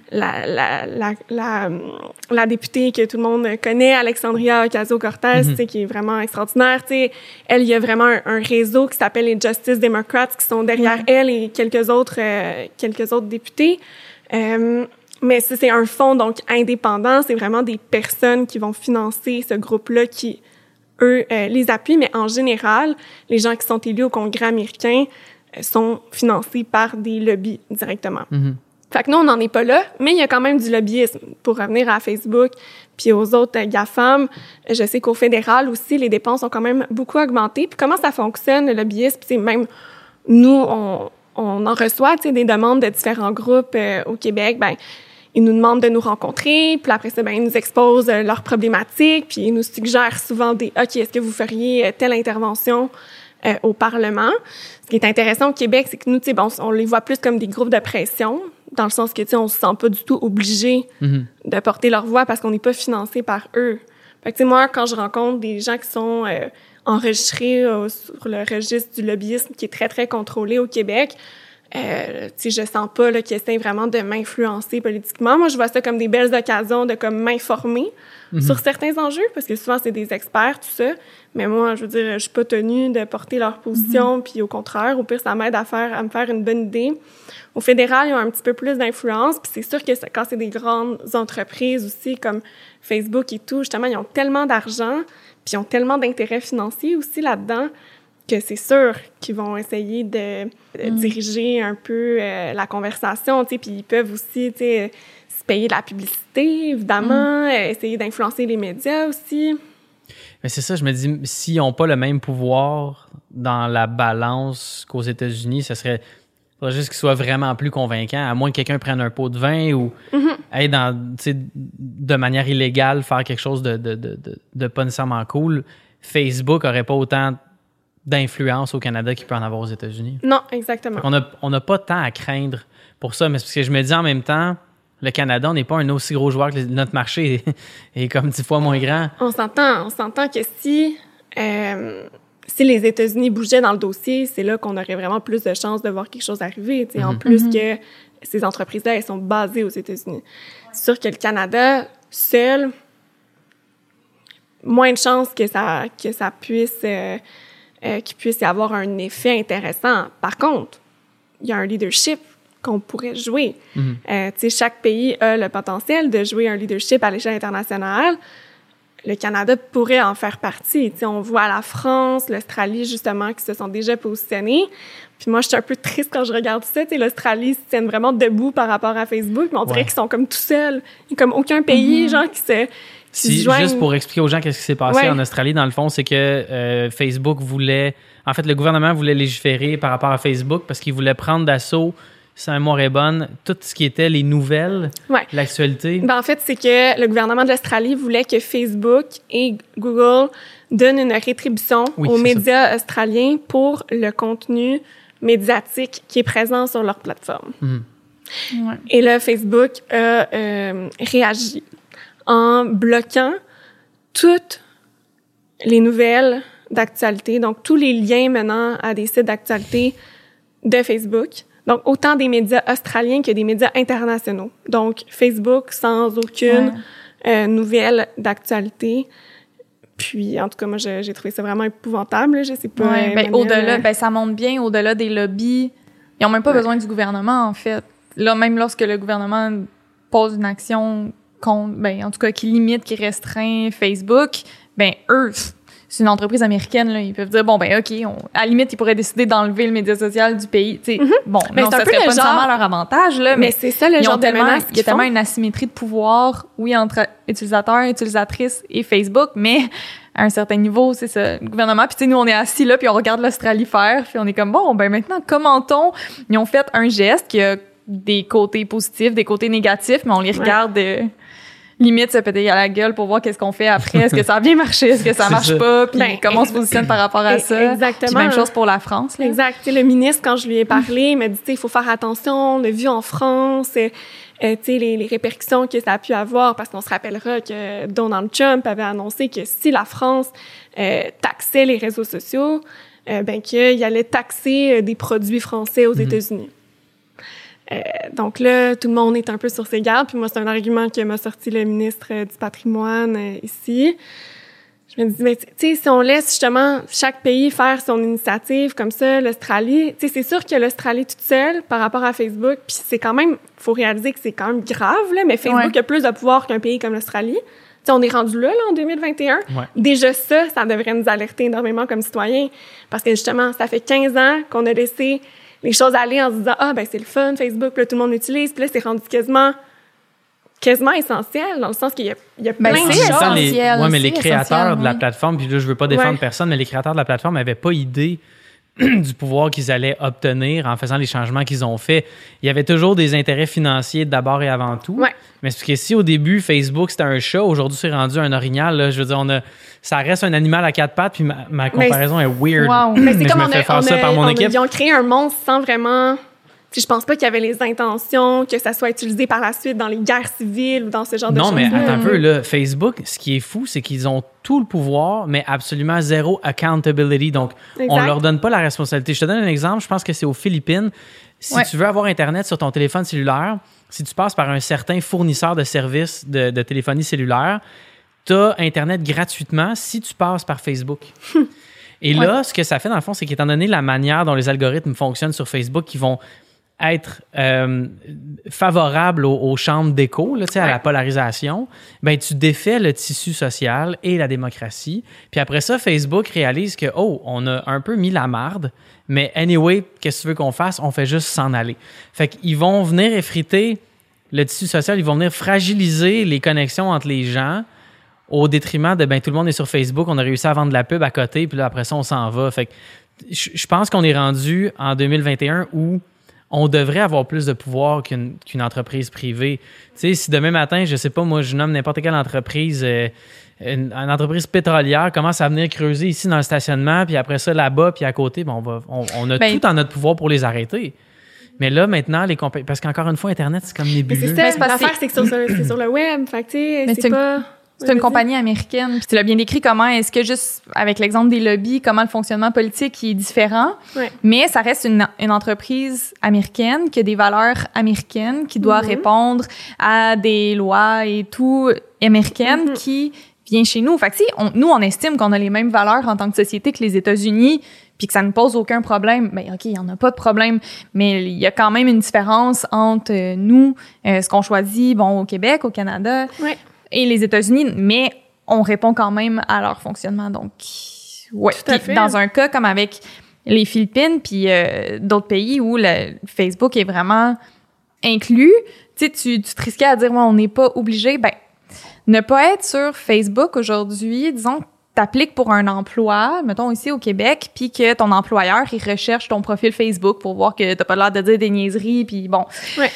la députée que tout le monde connaît, Alexandria Ocasio-Cortez, tu sais, qui est vraiment extraordinaire. Tu sais, elle, il y a vraiment un réseau qui s'appelle les Justice Democrats qui sont derrière elle et quelques autres députés. Mais c'est un fonds donc indépendant. C'est vraiment des personnes qui vont financer ce groupe-là qui, eux, les appuient. Mais en général, les gens qui sont élus au Congrès américain sont financés par des lobbies directement. Fait que nous, on n'en est pas là, mais il y a quand même du lobbyisme. Pour revenir à Facebook puis aux autres GAFAM, je sais qu'au fédéral aussi, les dépenses ont quand même beaucoup augmenté. Puis comment ça fonctionne, le lobbyisme? Puis c'est même, nous, on en reçoit des demandes de différents groupes au Québec. Ils nous demandent de nous rencontrer, puis après ça, ils nous exposent leurs problématiques, puis ils nous suggèrent souvent OK, est-ce que vous feriez telle intervention au Parlement. Ce qui est intéressant au Québec, c'est que nous, tu sais, bon, on les voit plus comme des groupes de pression, dans le sens que, tu sais, on se sent pas du tout obligé de porter leur voix parce qu'on n'est pas financé par eux. Fait que, tu sais, moi, quand je rencontre des gens qui sont enregistrés sur le registre du lobbyisme qui est très, très contrôlé au Québec, tu sais, je sens pas là, qu'ils essaient vraiment de m'influencer politiquement. Moi, je vois ça comme des belles occasions de comme m'informer sur certains enjeux, parce que souvent, c'est des experts, tout ça. Mais moi, je veux dire, je suis pas tenue de porter leur position, puis au contraire, au pire, ça m'aide à me faire une bonne idée. Au fédéral, ils ont un petit peu plus d'influence, puis c'est sûr que quand c'est des grandes entreprises aussi, comme Facebook et tout, justement, ils ont tellement d'argent, puis ils ont tellement d'intérêts financiers aussi là-dedans, que c'est sûr qu'ils vont essayer de diriger un peu la conversation, tu sais, puis ils peuvent aussi, tu sais, se payer de la publicité, évidemment, essayer d'influencer les médias aussi. Mais c'est ça, je me dis, s'ils n'ont pas le même pouvoir dans la balance qu'aux États-Unis, ça serait... Il faudrait juste qu'ils soient vraiment plus convaincants, à moins que quelqu'un prenne un pot de vin ou aille de manière illégale faire quelque chose de pas nécessairement cool. Facebook n'aurait pas autant d'influence au Canada qu'il peut en avoir aux États-Unis. Non, exactement. On n'a pas tant à craindre pour ça, mais c'est parce que je me dis en même temps, le Canada, on n'est pas un aussi gros joueur que notre marché est comme 10 fois moins grand. On s'entend que si les États-Unis bougeaient dans le dossier, c'est là qu'on aurait vraiment plus de chances de voir quelque chose arriver. En plus que ces entreprises-là, elles sont basées aux États-Unis. C'est sûr que le Canada, seul, moins de chances que ça puisse... qu'il puisse y avoir un effet intéressant. Par contre, il y a un leadership qu'on pourrait jouer. Tu sais, chaque pays a le potentiel de jouer un leadership à l'échelle internationale. Le Canada pourrait en faire partie. Tu sais, on voit la France, l'Australie, justement, qui se sont déjà positionnés. Puis moi, je suis un peu triste quand je regarde ça. Tu sais, l'Australie se tienne vraiment debout par rapport à Facebook, mais on dirait qu'ils sont comme tout seuls. Il n'y a comme aucun pays, genre, qui se... Juste pour expliquer aux gens qu'est-ce qui s'est passé en Australie, dans le fond, c'est que Facebook voulait... En fait, le gouvernement voulait légiférer par rapport à Facebook parce qu'il voulait prendre d'assaut, si ma mémoire est bonne, tout ce qui était les nouvelles, l'actualité. Ben, en fait, c'est que le gouvernement de l'Australie voulait que Facebook et Google donnent une rétribution aux médias australiens pour le contenu médiatique qui est présent sur leur plateforme. Et là, Facebook a réagi en bloquant toutes les nouvelles d'actualité, donc tous les liens menant à des sites d'actualité de Facebook. Donc, autant des médias australiens que des médias internationaux. Donc, Facebook sans aucune nouvelle d'actualité. Puis, en tout cas, moi, j'ai trouvé ça vraiment épouvantable. Je sais pas. Au-delà, ça montre bien au-delà des lobbies. Ils n'ont même pas besoin du gouvernement, en fait. Là, même lorsque le gouvernement pose une action en tout cas, qui limite, qui restreint Facebook, eux, c'est une entreprise américaine, là, ils peuvent dire, OK, à la limite, ils pourraient décider d'enlever le média social du pays, tu sais. Mais non, ça serait pas nécessairement leur avantage, là, mais c'est ça le genre de menace il y a tellement une asymétrie de pouvoir, oui, entre utilisateurs, utilisatrices et Facebook, mais à un certain niveau, c'est ça, le gouvernement, puis tu sais, nous, on est assis là, puis on regarde l'Australie faire, puis on est comme, maintenant, commentons. Ils ont fait un geste qui a des côtés positifs, des côtés négatifs, mais on les regarde... limite se péter à la gueule pour voir qu'est-ce qu'on fait après. Est-ce que ça a bien marché? Est-ce que ça marche pas? Puis comment on se positionne par rapport à ça? Exactement. Puis même chose pour la France. Là. Exact. T'sais, le ministre, quand je lui ai parlé, il m'a dit, il faut faire attention. On a vu en France, les répercussions que ça a pu avoir, parce qu'on se rappellera que Donald Trump avait annoncé que si la France taxait les réseaux sociaux, qu'il allait taxer des produits français aux États-Unis. Donc là, tout le monde est un peu sur ses gardes. Puis moi, c'est un argument que m'a sorti le ministre du Patrimoine ici. Je me dis, tu sais, si on laisse justement chaque pays faire son initiative comme ça, l'Australie, tu sais, c'est sûr que l'Australie toute seule par rapport à Facebook, puis c'est quand même, faut réaliser que c'est quand même grave, là, mais Facebook a plus de pouvoir qu'un pays comme l'Australie. Tu sais, on est rendu là, en 2021. Déjà ça devrait nous alerter énormément comme citoyens. Parce que justement, ça fait 15 ans qu'on a laissé les choses aller en se disant c'est le fun Facebook, puis là, tout le monde l'utilise, puis là c'est rendu quasiment essentiel dans le sens qu'il y a plein de choses. Mais les créateurs de la plateforme, puis là je veux pas défendre personne, mais les créateurs de la plateforme n'avaient pas idée du pouvoir qu'ils allaient obtenir en faisant les changements qu'ils ont faits. Il y avait toujours des intérêts financiers d'abord et avant tout. Ouais. Mais c'est parce que si au début, Facebook, c'était un chat, aujourd'hui, c'est rendu un orignal. Là, je veux dire, ça reste un animal à 4 pattes, puis ma comparaison est weird. Wow. Mais c'est Mais comme je me fais faire ça par mon équipe. Ils ont créé un monstre sans vraiment... Puis je pense pas qu'il y avait les intentions que ça soit utilisé par la suite dans les guerres civiles ou dans ce genre de choses. Non, mais attends un peu, là, Facebook, ce qui est fou, c'est qu'ils ont tout le pouvoir, mais absolument zéro accountability. Donc, on leur donne pas la responsabilité. Je te donne un exemple, je pense que c'est aux Philippines. Si tu veux avoir Internet sur ton téléphone cellulaire, si tu passes par un certain fournisseur de services de téléphonie cellulaire, tu as Internet gratuitement si tu passes par Facebook. Et là, ce que ça fait, dans le fond, c'est qu'étant donné la manière dont les algorithmes fonctionnent sur Facebook, ils vont être favorable aux chambres d'écho, là, à la polarisation, ben tu défais le tissu social et la démocratie. Puis après ça, Facebook réalise que, on a un peu mis la marde, mais anyway, qu'est-ce que tu veux qu'on fasse? On fait juste s'en aller. Fait qu'ils vont venir effriter le tissu social, ils vont venir fragiliser les connexions entre les gens au détriment de, tout le monde est sur Facebook, on a réussi à vendre de la pub à côté, puis là, après ça, on s'en va. Fait que je pense qu'on est rendu en 2021 où on devrait avoir plus de pouvoir qu'une entreprise privée. Tu sais, si demain matin, je sais pas, moi, je nomme n'importe quelle entreprise, une entreprise pétrolière commence à venir creuser ici dans le stationnement, puis après ça, là-bas, puis à côté, on a tout en notre pouvoir pour les arrêter. Mais là, maintenant, parce qu'encore une fois, Internet, c'est comme nébuleux. Mais c'est ça, l'affaire, c'est que c'est sur le web. Fait que, tu sais, c'est pas... C'est une compagnie américaine. Puis tu l'as bien décrit comment est-ce que juste avec l'exemple des lobbies, comment le fonctionnement politique est différent. Ouais. Mais ça reste une entreprise américaine qui a des valeurs américaines, qui doit répondre à des lois et tout américaines qui vient chez nous. Fait que nous, on estime qu'on a les mêmes valeurs en tant que société que les États-Unis, puis que ça ne pose aucun problème. Ben OK, il y en a pas de problème, mais il y a quand même une différence entre nous, ce qu'on choisit, au Québec, au Canada. Ouais. Et les États-Unis, mais on répond quand même à leur fonctionnement. Donc, ouais. Tout à fait. Dans un cas comme avec les Philippines puis d'autres pays où le Facebook est vraiment inclus, tu te risquais à dire, on n'est pas obligé. Ne pas être sur Facebook aujourd'hui, disons, t'appliques pour un emploi, mettons ici au Québec, puis que ton employeur, il recherche ton profil Facebook pour voir que t'as pas l'air de dire des niaiseries, puis bon... Ouais.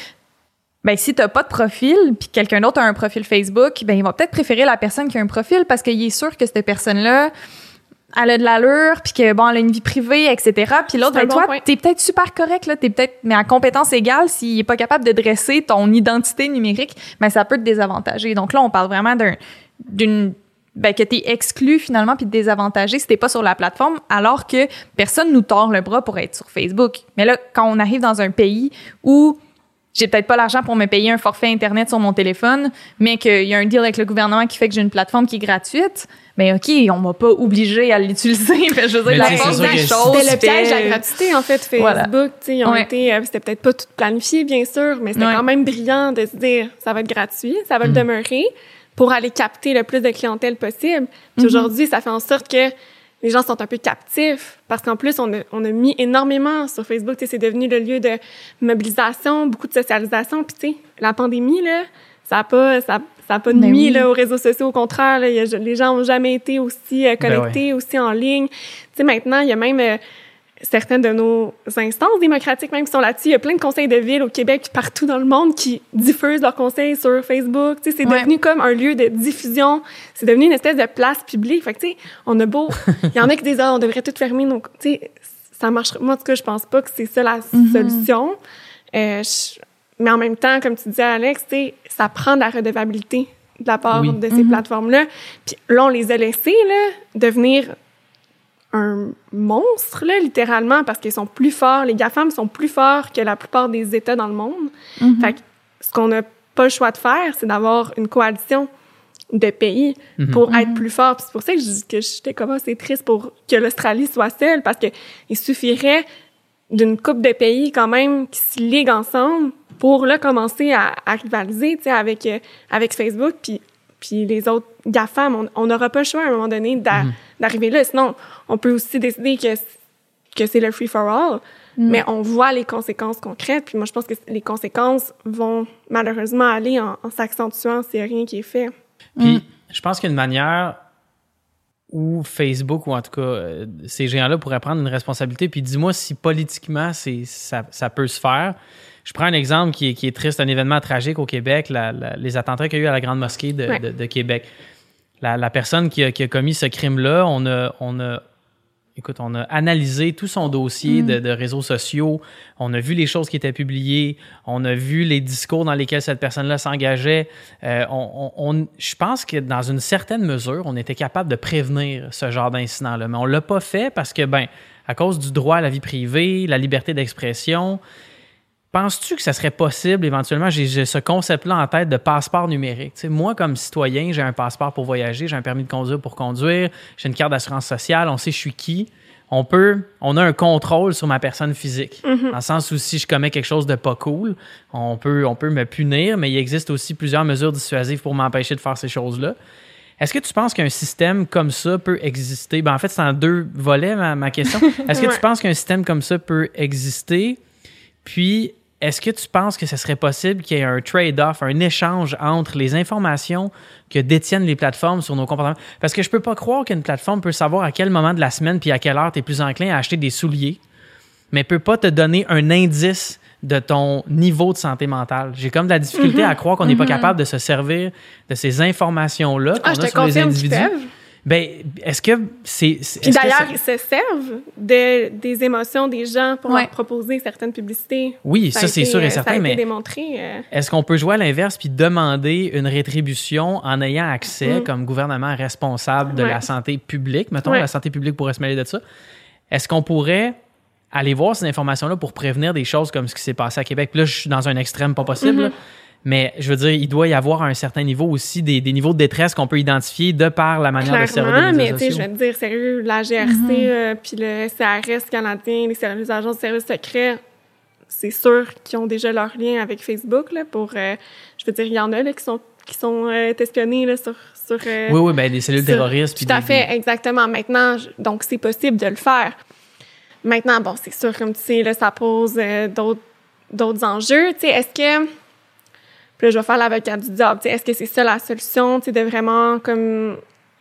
Si t'as pas de profil, puis quelqu'un d'autre a un profil Facebook, il va peut-être préférer la personne qui a un profil parce qu'il est sûr que cette personne-là, elle a de l'allure, puis que elle a une vie privée, etc. Puis l'autre, toi, t'es peut-être super correct, là, mais à compétence égale, s'il est pas capable de dresser ton identité numérique, ça peut te désavantager. Donc là, on parle vraiment que t'es exclu finalement puis désavantagé si t'es pas sur la plateforme, alors que personne nous tord le bras pour être sur Facebook. Mais là, quand on arrive dans un pays où j'ai peut-être pas l'argent pour me payer un forfait Internet sur mon téléphone, mais qu'il y a un deal avec le gouvernement qui fait que j'ai une plateforme qui est gratuite, OK, on m'a pas obligé à l'utiliser. Je veux dire, la force des choses. C'était le piège de la gratuité, en fait, Facebook. Voilà. Ils ont c'était peut-être pas tout planifié, bien sûr, mais c'était quand même brillant de se dire, ça va être gratuit, ça va le demeurer, pour aller capter le plus de clientèle possible. Puis aujourd'hui, ça fait en sorte que les gens sont un peu captifs parce qu'en plus, on a mis énormément sur Facebook. C'est devenu le lieu de mobilisation, beaucoup de socialisation. Puis, la pandémie, là, ça a pas nuit aux réseaux sociaux. Au contraire, là, les gens n'ont jamais été aussi connectés, aussi en ligne. Maintenant, il y a même certaines de nos instances démocratiques même qui sont là-dessus. Il y a plein de conseils de ville au Québec partout dans le monde qui diffusent leurs conseils sur Facebook. C'est devenu comme un lieu de diffusion. C'est devenu une espèce de place publique. Fait que, on a beau... Il y en a qui disent, on devrait tout fermer. Donc, ça marche. Moi, en tout cas, je pense pas que c'est ça la solution. Mais en même temps, comme tu disais, Alex, ça prend de la redevabilité de la part de ces plateformes-là. Puis là, on les a laissés devenir un monstre, littéralement, parce qu'ils sont plus forts. Les GAFAM sont plus forts que la plupart des États dans le monde. Fait que ce qu'on n'a pas le choix de faire, c'est d'avoir une coalition de pays pour être plus fort. Puis c'est pour ça que j'étais comme c'est triste pour que l'Australie soit seule, parce que il suffirait d'une couple de pays quand même qui se liguent ensemble pour commencer à rivaliser, avec Facebook puis les autres GAFAM. On n'aura pas le choix à un moment donné d'arriver là. Sinon, on peut aussi décider que c'est le free-for-all, mais on voit les conséquences concrètes. Puis moi, je pense que les conséquences vont malheureusement aller en s'accentuant s'il n'y a rien qui est fait. Puis je pense qu'une manière où Facebook, ou en tout cas, ces géants-là pourraient prendre une responsabilité. Puis dis-moi si politiquement, ça peut se faire. Je prends un exemple qui est triste, un événement tragique au Québec, les attentats qu'il y a eu à la Grande Mosquée de Québec. La personne qui a commis ce crime-là, on a analysé tout son dossier de réseaux sociaux, on a vu les choses qui étaient publiées, on a vu les discours dans lesquels cette personne-là s'engageait. Je pense que dans une certaine mesure, on était capable de prévenir ce genre d'incident-là, mais on l'a pas fait parce que, à cause du droit à la vie privée, la liberté d'expression. Penses-tu que ça serait possible, éventuellement, j'ai ce concept-là en tête de passeport numérique? Tu sais, moi, comme citoyen, j'ai un passeport pour voyager, j'ai un permis de conduire pour conduire, j'ai une carte d'assurance sociale, on sait je suis qui. On a un contrôle sur ma personne physique. Dans le sens où si je commets quelque chose de pas cool, on peut me punir, mais il existe aussi plusieurs mesures dissuasives pour m'empêcher de faire ces choses-là. Est-ce que tu penses qu'un système comme ça peut exister? En fait, c'est en 2 volets, ma question. Est-ce que tu penses qu'un système comme ça peut exister? Puis, est-ce que tu penses que ce serait possible qu'il y ait un trade-off, un échange entre les informations que détiennent les plateformes sur nos comportements? Parce que je peux pas croire qu'une plateforme peut savoir à quel moment de la semaine puis à quelle heure tu es plus enclin à acheter des souliers, mais peut pas te donner un indice de ton niveau de santé mentale. J'ai comme de la difficulté à croire qu'on n'est pas capable de se servir de ces informations-là qu'on a sur les individus. Est-ce que c'est... Puis d'ailleurs, ils se servent des émotions des gens pour leur proposer certaines publicités. Oui, ça c'est sûr et certain, mais démontré. Est-ce qu'on peut jouer à l'inverse puis demander une rétribution en ayant accès comme gouvernement responsable de la santé publique? Mettons, la santé publique pourrait se mêler de ça. Est-ce qu'on pourrait aller voir ces informations-là pour prévenir des choses comme ce qui s'est passé à Québec? Puis là, je suis dans un extrême pas possible, là. Mais je veux dire, il doit y avoir à un certain niveau aussi des niveaux de détresse qu'on peut identifier de par la manière de servir des médias sociaux. Mais tu sais, je vais te dire, sérieux, la GRC puis le CRS canadien, les agences de services secrets, c'est sûr qu'ils ont déjà leur lien avec Facebook là, pour... je veux dire, il y en a là, qui sont espionnés là, sur oui, des cellules terroristes. Tout à fait, exactement. Maintenant, donc c'est possible de le faire. Maintenant, bon, c'est sûr, comme tu sais, là, ça pose d'autres enjeux. Tu sais, est-ce que... Puis là, je vais faire l'avocat du diable. Est-ce que c'est ça la solution, de vraiment comme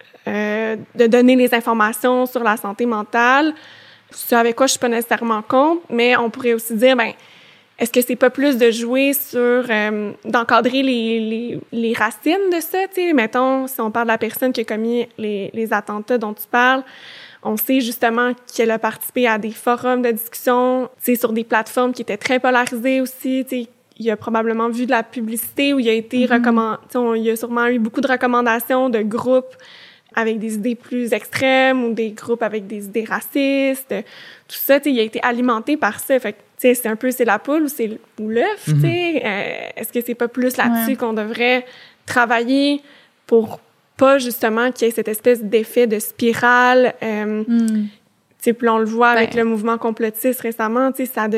de donner les informations sur la santé mentale? Ce avec quoi je suis pas nécessairement contre, mais on pourrait aussi dire, est-ce que c'est pas plus de jouer sur d'encadrer les racines de ça? Mettons, si on parle de la personne qui a commis les attentats dont tu parles, on sait justement qu'elle a participé à des forums de discussion, sur des plateformes qui étaient très polarisées aussi, il a probablement vu de la publicité où il a été recommandé. Il y a sûrement eu beaucoup de recommandations de groupes avec des idées plus extrêmes ou des groupes avec des idées racistes. Tout ça, il a été alimenté par ça. Fait que, c'est un peu c'est la poule ou l'œuf. Est-ce que c'est pas plus là-dessus qu'on devrait travailler pour pas justement qu'il y ait cette espèce d'effet de spirale? Puis on le voit avec le mouvement complotiste récemment.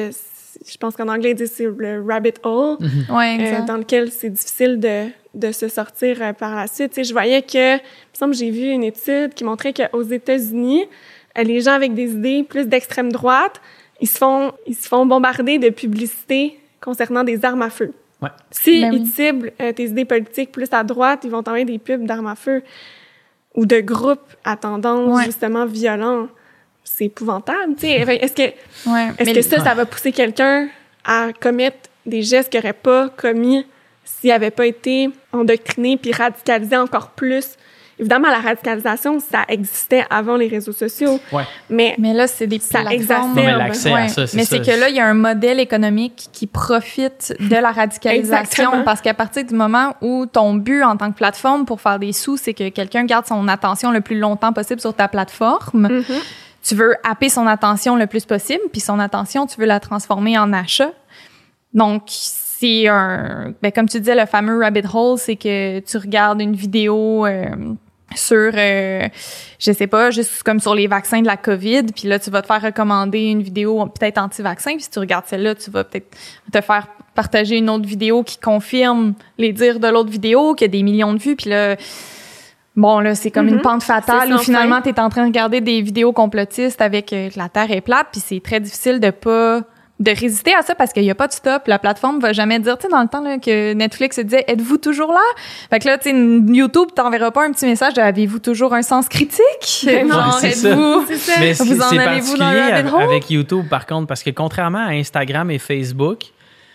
Je pense qu'en anglais, ils disent c'est le rabbit hole, dans lequel c'est difficile de se sortir par la suite. Je voyais que, il me semble, j'ai vu une étude qui montrait qu'aux États-Unis, les gens avec des idées plus d'extrême droite, ils se font bombarder de publicités concernant des armes à feu. Ouais. Si ils ciblent tes idées politiques plus à droite, ils vont t'envoyer des pubs d'armes à feu ou de groupes à tendance justement violents. C'est épouvantable, tu sais. Est-ce que ça va pousser quelqu'un à commettre des gestes qu'il n'aurait pas commis s'il n'avait pas été endoctriné puis radicalisé encore plus? Évidemment, la radicalisation, ça existait avant les réseaux sociaux. Ouais. Mais là, c'est des plateformes. Mais l'accès à ça, c'est que là, il y a un modèle économique qui profite de la radicalisation. Exactement. Parce qu'à partir du moment où ton but en tant que plateforme pour faire des sous, c'est que quelqu'un garde son attention le plus longtemps possible sur ta plateforme, tu veux happer son attention le plus possible, puis son attention, tu veux la transformer en achat. Donc, c'est comme tu disais, le fameux rabbit hole, c'est que tu regardes une vidéo sur, je sais pas, juste comme sur les vaccins de la COVID, puis là, tu vas te faire recommander une vidéo peut-être anti-vaccin, puis si tu regardes celle-là, tu vas peut-être te faire partager une autre vidéo qui confirme les dires de l'autre vidéo, qui a des millions de vues, puis là... Bon, là, c'est comme une pente fatale où finalement, t'es en train de regarder des vidéos complotistes avec que la Terre est plate, puis c'est très difficile de pas de résister à ça parce qu'il y a pas de stop. La plateforme va jamais dire, tu sais, dans le temps là, que Netflix se disait, êtes-vous toujours là? Fait que là, tu sais, YouTube t'enverra pas un petit message de avez-vous toujours un sens critique? Genre, c'est êtes-vous, ça. Mais vous en c'est allez-vous dans le particulier rabbit hole? avec YouTube, par contre, parce que contrairement à Instagram et Facebook,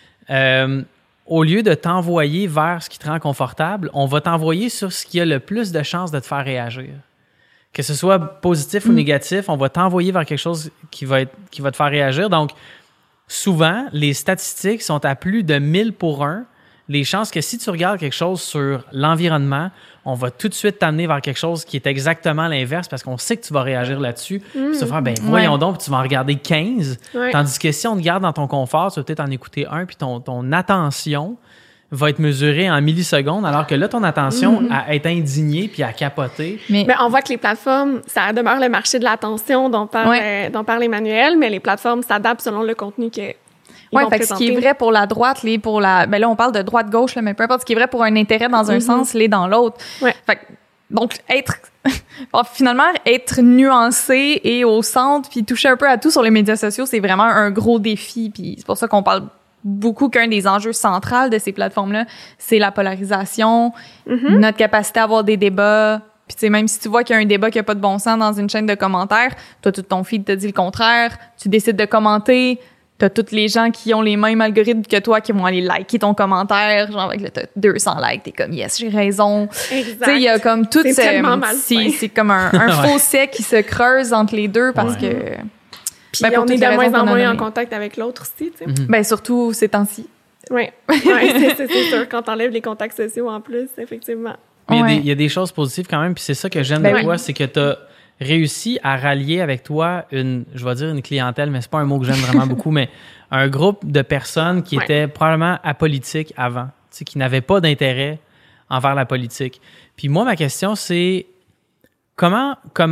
au lieu de t'envoyer vers ce qui te rend confortable, on va t'envoyer sur ce qui a le plus de chances de te faire réagir. Que ce soit positif ou négatif, on va t'envoyer vers quelque chose qui va te faire réagir. Donc, souvent, les statistiques sont à plus de 1000 pour 1. Les chances que si tu regardes quelque chose sur l'environnement, on va tout de suite t'amener vers quelque chose qui est exactement l'inverse parce qu'on sait que tu vas réagir là-dessus. Puis tu vas faire, voyons donc, puis tu vas en regarder 15. Ouais. Tandis que si on te garde dans ton confort, tu vas peut-être en écouter un, puis ton attention va être mesurée en millisecondes, alors que là, ton attention à être indignée puis à capoter. Mais on voit que les plateformes, ça demeure le marché de l'attention dont parle Emmanuel, mais les plateformes s'adaptent selon le contenu que Oui, fait que ce qui est vrai pour la droite, ben là, on parle de droite-gauche, là, mais peu importe, ce qui est vrai pour un intérêt dans un sens, l'est dans l'autre. Ouais. Fait que, donc, finalement, être nuancé et au centre, puis toucher un peu à tout sur les médias sociaux, c'est vraiment un gros défi, puis c'est pour ça qu'on parle beaucoup qu'un des enjeux centraux de ces plateformes-là, c'est la polarisation, notre capacité à avoir des débats. Puis tu sais, même si tu vois qu'il y a un débat qui a pas de bon sens dans une chaîne de commentaires, toi, tout ton feed te dit le contraire, tu décides de commenter, t'as tous les gens qui ont les mêmes algorithmes que toi qui vont aller liker ton commentaire, genre avec t'as 200 likes, t'es comme yes, j'ai raison. Exact. Tu sais, il y a comme tout c'est comme un fossé qui se creuse entre les deux parce que puis on est de moins en moins en contact avec l'autre aussi, tu sais. Ben surtout ces temps-ci. Oui, c'est sûr quand t'enlèves les contacts sociaux en plus, effectivement. Mais il y a des choses positives quand même, puis c'est ça que j'aime de toi, c'est que t'as réussi à rallier avec toi je vais dire une clientèle, mais c'est pas un mot que j'aime vraiment beaucoup, mais un groupe de personnes qui étaient probablement apolitiques avant, tu sais, qui n'avaient pas d'intérêt envers la politique. Puis moi, ma question, c'est comment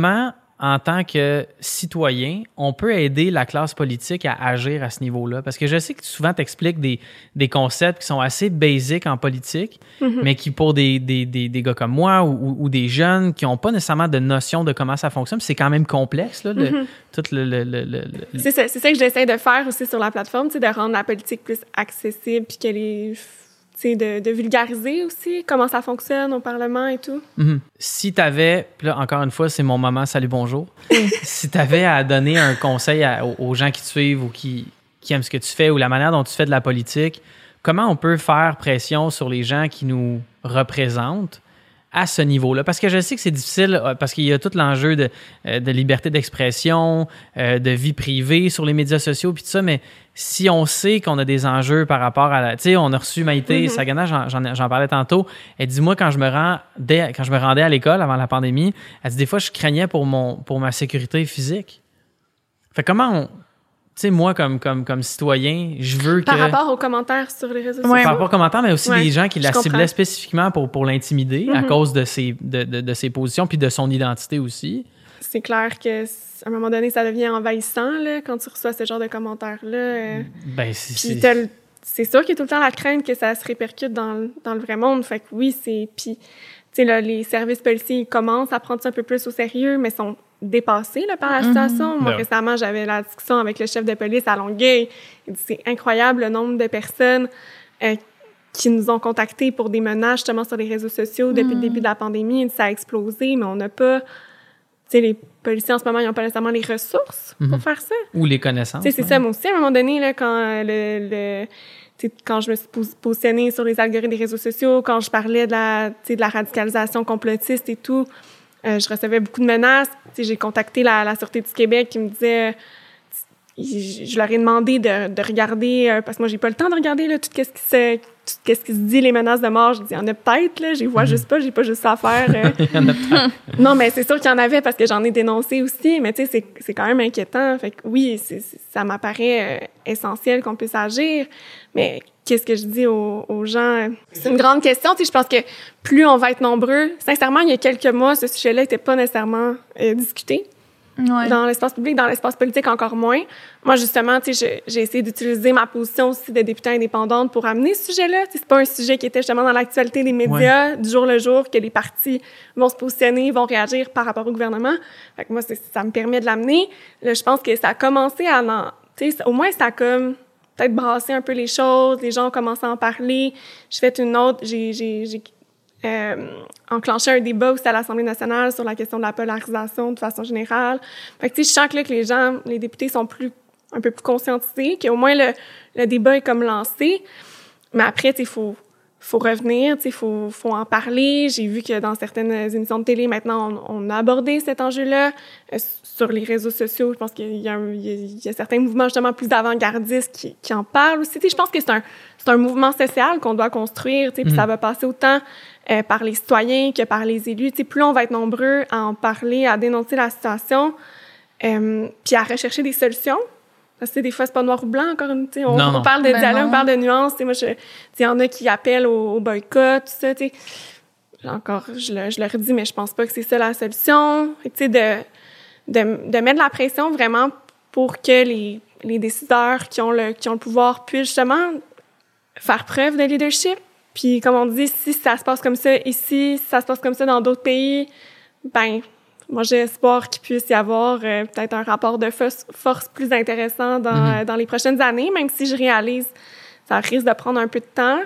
en tant que citoyen, on peut aider la classe politique à agir à ce niveau-là? Parce que je sais que souvent, tu expliques des concepts qui sont assez basiques en politique, mais qui, pour des gars comme moi ou des jeunes qui n'ont pas nécessairement de notion de comment ça fonctionne, c'est quand même complexe, là, tout C'est ça que j'essaie de faire aussi sur la plateforme, de rendre la politique plus accessible, puis qu'elle est... de vulgariser aussi comment ça fonctionne au Parlement et tout. Si tu avais, puis là, encore une fois, c'est mon moment, salut, bonjour. Si tu avais à donner un conseil aux gens qui te suivent ou qui aiment ce que tu fais ou la manière dont tu fais de la politique, comment on peut faire pression sur les gens qui nous représentent à ce niveau-là? Parce que je sais que c'est difficile, parce qu'il y a tout l'enjeu de liberté d'expression, de vie privée sur les médias sociaux, puis tout ça, mais si on sait qu'on a des enjeux par rapport à tu sais, on a reçu Maïté Sagana, j'en parlais tantôt, elle dit, moi, quand je me rendais à l'école avant la pandémie, elle dit, des fois, je craignais pour ma sécurité physique. Fait comment tu sais, moi, comme citoyen, je veux que... Par rapport aux commentaires sur les réseaux sociaux. Par rapport aux commentaires, mais aussi des gens qui la ciblaient comprends. Spécifiquement pour l'intimider à cause de ses positions puis de son identité aussi. C'est clair que à un moment donné, ça devient envahissant là, quand tu reçois ce genre de commentaires-là. C'est sûr qu'il y a tout le temps la crainte que ça se répercute dans le vrai monde. Fait que oui, c'est... Puis, tu sais, là, les services policiers ils commencent à prendre ça un peu plus au sérieux, mais sont dépassés là, par la situation. Moi, récemment, j'avais la discussion avec le chef de police à Longueuil. Il dit, c'est incroyable le nombre de personnes qui nous ont contactés pour des menaces justement sur les réseaux sociaux depuis le début de la pandémie. Il dit, ça a explosé, mais on n'a pas... Tu sais, les policiers, en ce moment, ils n'ont pas nécessairement les ressources pour faire ça. Ou les connaissances. Tu sais, c'est ça. Moi aussi, à un moment donné, là, quand quand je me suis positionnée sur les algorithmes des réseaux sociaux, quand je parlais de la radicalisation complotiste et tout, je recevais beaucoup de menaces. Tu sais, j'ai contacté la Sûreté du Québec qui me disait... Je leur ai demandé de regarder, parce que moi, j'ai pas le temps de regarder là, tout ce qui se dit, les menaces de mort. Je dis, il y en a peut-être, là, j'y vois juste pas, j'ai pas juste ça à faire. Il y en a peut-être. Non, mais c'est sûr qu'il y en avait parce que j'en ai dénoncé aussi, mais tu sais, c'est quand même inquiétant. Fait que oui, ça m'apparaît essentiel qu'on puisse agir, mais qu'est-ce que je dis aux gens? C'est une grande question, tu sais, je pense que plus on va être nombreux, sincèrement, il y a quelques mois, ce sujet-là était pas nécessairement discuté. Ouais. Dans l'espace public, dans l'espace politique encore moins. Moi, justement, tu sais, j'ai essayé d'utiliser ma position aussi de députée indépendante pour amener ce sujet-là. Tu sais, c'est pas un sujet qui était justement dans l'actualité des médias du jour le jour, que les partis vont se positionner, vont réagir par rapport au gouvernement. Fait que moi, ça me permet de l'amener. Là, je pense que ça a commencé tu sais, au moins, ça a comme peut-être brassé un peu les choses. Les gens ont commencé à en parler. J'ai fait une autre... J'ai enclenché un débat aussi à l'Assemblée nationale sur la question de la polarisation de façon générale. Fait que, tu sais, je sens que là, que les députés sont un peu plus conscientisés, qu'au moins le débat est comme lancé. Mais après, tu sais, faut revenir, tu sais, faut en parler. J'ai vu que dans certaines émissions de télé, maintenant, on a abordé cet enjeu-là. Sur les réseaux sociaux, je pense qu'il y a certains mouvements, justement, plus avant-gardistes qui en parlent aussi. Tu sais, je pense que c'est un mouvement social qu'on doit construire, tu sais, puis ça va passer autant par les citoyens que par les élus. Tu sais, plus on va être nombreux à en parler, à dénoncer la situation, puis à rechercher des solutions. Parce que des fois, c'est pas noir ou blanc, encore une, tu sais, on parle de dialogue, on parle de nuances, tu sais, moi, il y en a qui appellent au boycott, tout ça, tu sais. Je le redis, mais je pense pas que c'est ça la solution. Tu sais, de mettre de la pression vraiment pour que les décideurs qui ont le pouvoir puissent justement faire preuve de leadership. Puis, comme on dit, si ça se passe comme ça ici, si ça se passe comme ça dans d'autres pays, ben, moi, j'ai espoir qu'il puisse y avoir peut-être un rapport de force plus intéressant dans les prochaines années, même si je réalise ça risque de prendre un peu de temps,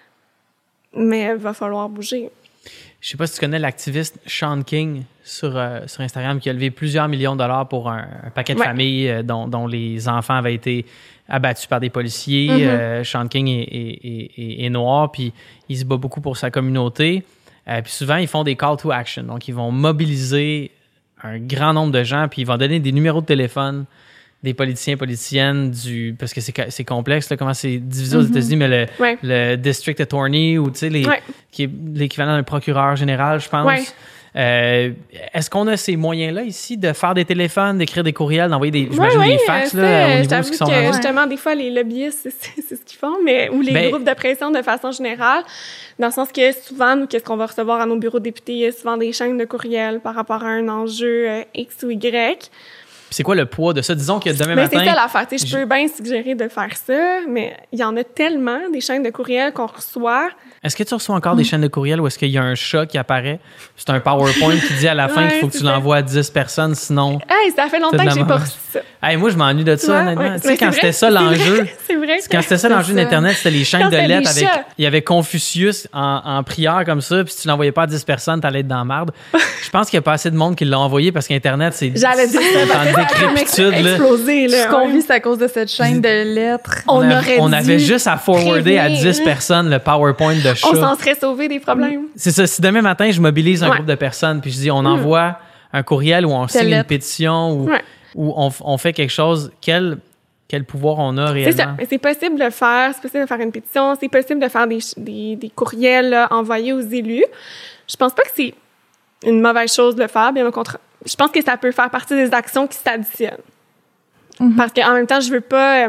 mais il va falloir bouger. Je sais pas si tu connais l'activiste Sean King sur Instagram qui a levé plusieurs millions de dollars pour un paquet de familles dont les enfants avaient été abattus par des policiers. Sean King est noir, puis il se bat beaucoup pour sa communauté. Puis souvent, ils font des call to action. Donc, ils vont mobiliser un grand nombre de gens, puis ils vont donner des numéros de téléphone des politiciennes, parce que c'est complexe, là, comment c'est divisé aux États-Unis, mais le district attorney, ou tu sais, qui est l'équivalent d'un procureur général, je pense. Est-ce qu'on a ces moyens-là ici de faire des téléphones, d'écrire des courriels, d'envoyer des fax là, au niveau de ce qu'ils sont que justement, des fois, les lobbyistes, c'est ce qu'ils font, ou les groupes de pression de façon générale, dans le sens que souvent, nous, qu'est-ce qu'on va recevoir à nos bureaux de députés? Il y a souvent des chaînes de courriels par rapport à un enjeu X ou Y. C'est quoi le poids de ça? Disons que demain matin... C'est ça l'affaire. Je peux bien suggérer de faire ça, mais il y en a tellement, des chaînes de courriels qu'on reçoit. Est-ce que tu reçois encore des chaînes de courriels ou est-ce qu'il y a un chat qui apparaît? C'est un PowerPoint qui dit à la fin qu'il faut que tu l'envoies à 10 personnes, sinon... Ça fait longtemps que j'ai pas reçu ça. Moi, je m'ennuie de ça, honnêtement. Tu sais, quand c'était ça l'enjeu... C'est vrai. Quand c'était ça l'enjeu d'Internet, c'était les chaînes de lettres avec... Il y avait Confucius en prière comme ça, puis si tu l'envoyais pas à 10 personnes, t'allais être dans la merde. Je pense qu'il y a pas assez de monde qui l'a envoyé parce qu'Internet, c'est... J'allais dire ça. Explosé, là. Ce qu'on vit, c'est à cause de cette chaîne de lettres. On avait juste à forwarder à 10 personnes le PowerPoint de chat. On s'en serait sauvé des problèmes. C'est ça. Si demain matin, je mobilise un groupe de personnes, puis je dis, on envoie un courriel ou on signe une pétition ou on fait quelque chose, quel pouvoir on a réellement? C'est ça. Mais c'est possible de le faire. C'est possible de faire une pétition. C'est possible de faire des courriels là, envoyés aux élus. Je pense pas que c'est une mauvaise chose de le faire. Bien au contraire. Je pense que ça peut faire partie des actions qui s'additionnent. Parce qu'en même temps, je veux pas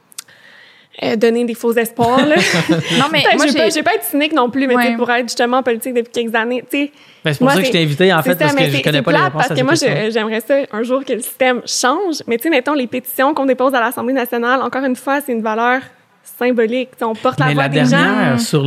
donner des faux espoirs. Là. Non, mais moi, je vais pas être cynique non plus, mais pour être justement en politique depuis quelques années, tu sais. C'est pour ça que je t'ai invité, en fait, parce que je connais pas les réponses à ces questions. Parce que moi, j'aimerais ça un jour que le système change. Mais tu sais, mettons, les pétitions qu'on dépose à l'Assemblée nationale, encore une fois, c'est une valeur symbolique. T'sais, on porte la voix des gens. Sur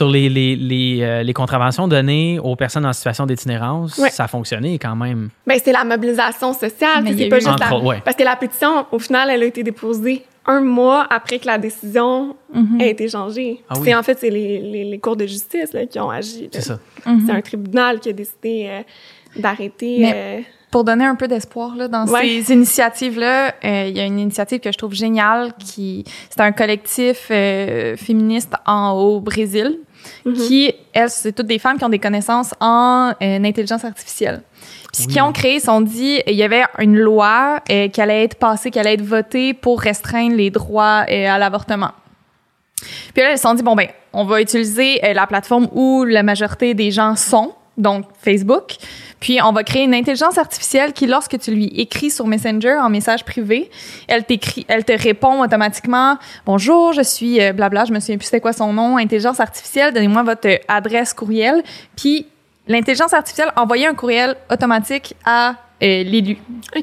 les contraventions données aux personnes en situation d'itinérance, ça a fonctionné quand même. C'est la mobilisation sociale. C'est pas juste parce que la pétition, au final, elle a été déposée 1 mois après que la décision a été changée. Ah oui. En fait, c'est les cours de justice là, qui ont agi. C'est ça. C'est un tribunal qui a décidé d'arrêter... Pour donner un peu d'espoir là, dans ces initiatives-là, il y a une initiative que je trouve géniale c'est un collectif féministe au Brésil qui, elles, c'est toutes des femmes qui ont des connaissances en intelligence artificielle. Puis ce qu'ils ont créé, ils se sont dit, il y avait une loi qui allait être passée, qui allait être votée pour restreindre les droits à l'avortement. Puis là, ils se sont dit, on va utiliser la plateforme où la majorité des gens sont, donc Facebook. Puis, on va créer une intelligence artificielle qui, lorsque tu lui écris sur Messenger en message privé, elle te répond automatiquement « Bonjour, je suis blabla, je me souviens plus c'était quoi son nom, intelligence artificielle, donnez-moi votre adresse courriel. » Puis, l'intelligence artificielle envoyait un courriel automatique à l'élu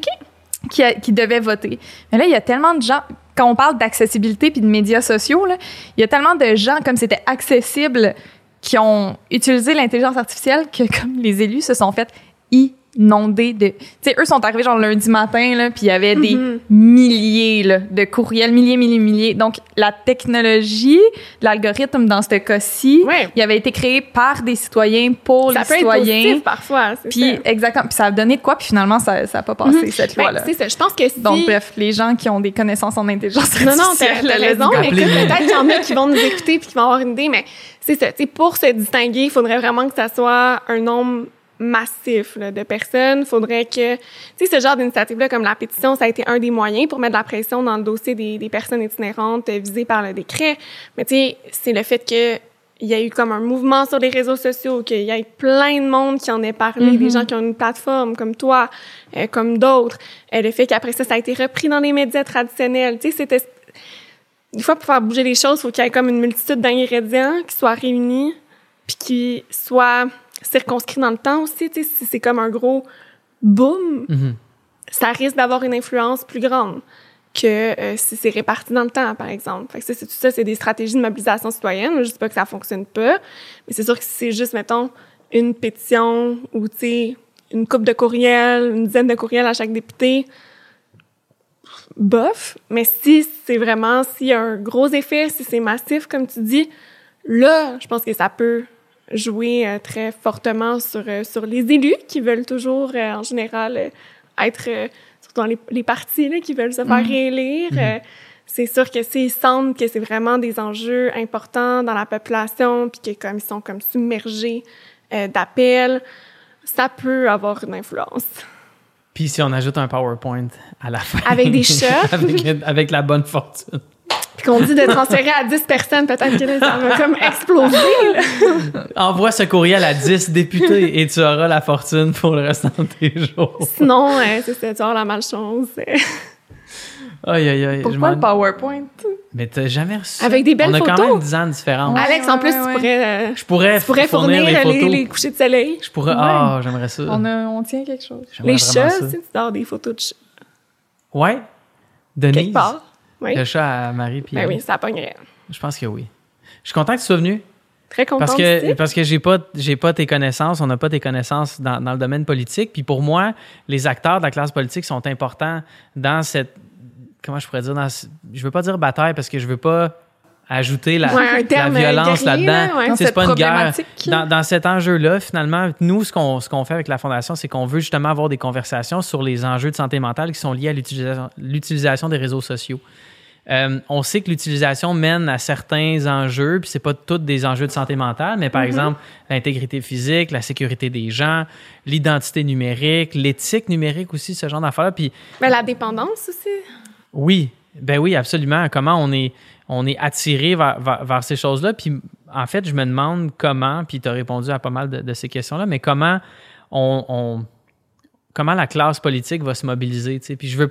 qui devait voter. Mais là, il y a tellement de gens... Quand on parle d'accessibilité puis de médias sociaux, là, il y a tellement de gens, comme c'était accessible, qui ont utilisé l'intelligence artificielle que, comme les élus, se sont fait inondé de... Tu sais, eux sont arrivés genre lundi matin, là, puis il y avait des milliers là, de courriels, milliers. Donc, la technologie, l'algorithme dans ce cas-ci, il avait été créé par des citoyens pour les citoyens. Ça peut être positif parfois, c'est puis, ça. Exactement. Puis ça a donné de quoi, puis finalement, ça a pas passé, cette loi-là. C'est ça. Je pense que si... Donc, bref, les gens qui ont des connaissances en intelligence artificielle... Non, t'as raison, mais peut-être qu'il y en a qui vont nous écouter puis qui vont avoir une idée, mais c'est ça. Tu sais, pour se distinguer, il faudrait vraiment que ça soit un nombre massif là, de personnes. Faudrait que, tu sais, ce genre d'initiative-là, comme la pétition, ça a été un des moyens pour mettre de la pression dans le dossier des personnes itinérantes visées par le décret. Mais tu sais, c'est le fait que il y a eu comme un mouvement sur les réseaux sociaux, qu'il y a eu plein de monde qui en ait parlé, des gens qui ont une plateforme comme toi, comme d'autres. Le fait qu'après ça a été repris dans les médias traditionnels. Tu sais, c'était... Des fois, pour faire bouger les choses, il faut qu'il y ait comme une multitude d'ingrédients qui soient réunis puis qui soient circonscrit dans le temps aussi, tu sais, si c'est comme un gros boom, ça risque d'avoir une influence plus grande que si c'est réparti dans le temps, par exemple. Fait que tout ça, c'est des stratégies de mobilisation citoyenne. Je dis pas que ça fonctionne pas, mais c'est sûr que si c'est juste, mettons, une pétition ou, tu sais, une couple de courriels, une dizaine de courriels à chaque député, bof. Mais si c'est vraiment, s'il y a un gros effet, si c'est massif, comme tu dis, là, je pense que ça peut jouer très fortement sur les élus qui veulent toujours, en général, être, surtout dans les partis là, qui veulent se faire réélire. C'est sûr que s'ils sentent que c'est vraiment des enjeux importants dans la population puis que comme ils sont comme submergés d'appels, ça peut avoir une influence. Puis si on ajoute un PowerPoint à la fin. Avec des chats. avec la bonne fortune. Puis qu'on dit de transférer à 10 personnes, peut-être que là, ça va comme exploser. Là. Envoie ce courriel à 10 députés et tu auras la fortune pour le restant de tes jours. Sinon, c'est ça, tu auras la malchance. Aïe. Pourquoi le PowerPoint? Mais t'as jamais reçu. Avec des belles photos. On a quand même 10 ans de différence. Alex, en plus, tu pourrais fournir les photos. Les couchers de soleil. Je pourrais. J'aimerais ça. On tient quelque chose. Les chats, tu dors des photos de chats. Ouais. Denise. Quelque part. Oui. Le chat à Marie. Puis oui, ça pognerait. Je pense que oui. Je suis content que tu sois venu. Très content. Parce que j'ai pas tes connaissances, on n'a pas tes connaissances dans le domaine politique. Puis pour moi, les acteurs de la classe politique sont importants dans cette... Comment je pourrais dire? Je veux pas dire bataille parce que je veux pas ajouter la violence là-dedans. C'est pas une guerre. Dans cet enjeu-là, finalement, nous, ce qu'on fait avec la Fondation, c'est qu'on veut justement avoir des conversations sur les enjeux de santé mentale qui sont liés à l'utilisation des réseaux sociaux. On sait que l'utilisation mène à certains enjeux, puis c'est pas tous des enjeux de santé mentale, mais par exemple, l'intégrité physique, la sécurité des gens, l'identité numérique, l'éthique numérique aussi, ce genre d'affaires. Puis, mais la dépendance aussi. Oui, absolument. Comment on est attiré vers ces choses-là. Puis en fait, je me demande comment, puis tu as répondu à pas mal de ces questions-là, mais comment comment la classe politique va se mobiliser, tu sais. Puis je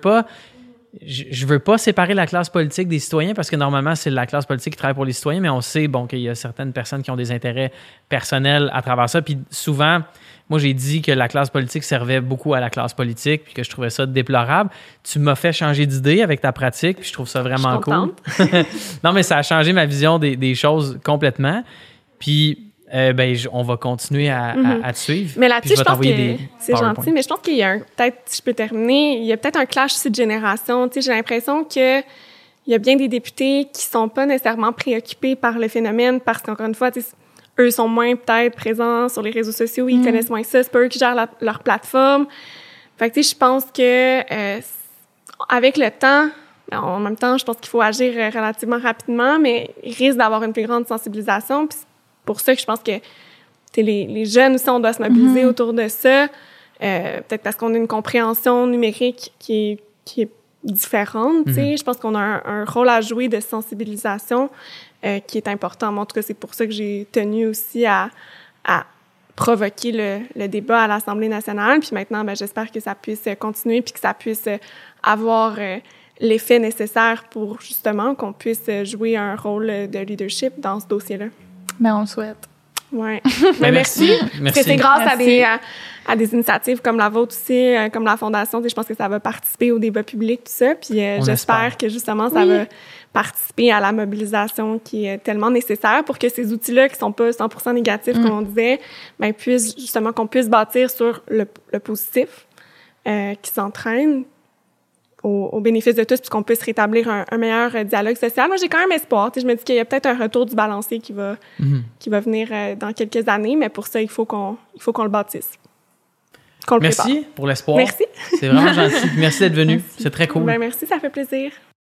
veux pas séparer la classe politique des citoyens parce que normalement, c'est la classe politique qui travaille pour les citoyens, mais on sait qu'il y a certaines personnes qui ont des intérêts personnels à travers ça. Puis souvent, moi, j'ai dit que la classe politique servait beaucoup à la classe politique puis que je trouvais ça déplorable. Tu m'as fait changer d'idée avec ta pratique puis je trouve ça vraiment cool. Non, mais ça a changé ma vision des choses complètement. Puis... on va continuer à te suivre. Mais là-dessus, je pense que c'est gentil, mais je pense qu'il y a peut-être, si je peux terminer, il y a peut-être un clash aussi de génération. Tu sais, j'ai l'impression que il y a bien des députés qui sont pas nécessairement préoccupés par le phénomène parce qu'encore une fois, tu sais, eux sont moins peut-être présents sur les réseaux sociaux, ils connaissent moins ça, c'est pas eux qui gèrent leur plateforme. Fait que tu sais, je pense que avec le temps, en même temps, je pense qu'il faut agir relativement rapidement, mais il risque d'avoir une plus grande sensibilisation. Puis pour ça que je pense que les jeunes aussi, on doit se mobiliser autour de ça. Peut-être parce qu'on a une compréhension numérique qui est différente. Je pense qu'on a un rôle à jouer de sensibilisation qui est important. Moi, en tout cas, c'est pour ça que j'ai tenu aussi à provoquer le débat à l'Assemblée nationale. Puis maintenant, j'espère que ça puisse continuer puis que ça puisse avoir l'effet nécessaire pour justement qu'on puisse jouer un rôle de leadership dans ce dossier-là. Mais on le souhaite. Ouais. Mais merci. Parce que c'est grâce à des initiatives comme la vôtre aussi, comme la Fondation. Je pense que ça va participer au débat public, tout ça. Puis j'espère que justement, ça va participer à la mobilisation qui est tellement nécessaire pour que ces outils-là, qui sont pas 100% négatifs, comme on disait, ben, qu'on puisse bâtir sur le positif, qui s'entraîne au bénéfice de tous, puis qu'on puisse rétablir un meilleur dialogue social. Moi, j'ai quand même espoir. Je me dis qu'il y a peut-être un retour du balancier qui va venir dans quelques années, mais pour ça, il faut qu'on le bâtisse. Qu'on le Merci prépare. pour l'espoir. Merci. C'est vraiment gentil. Merci d'être venu. C'est très cool. Ben, merci, ça fait plaisir.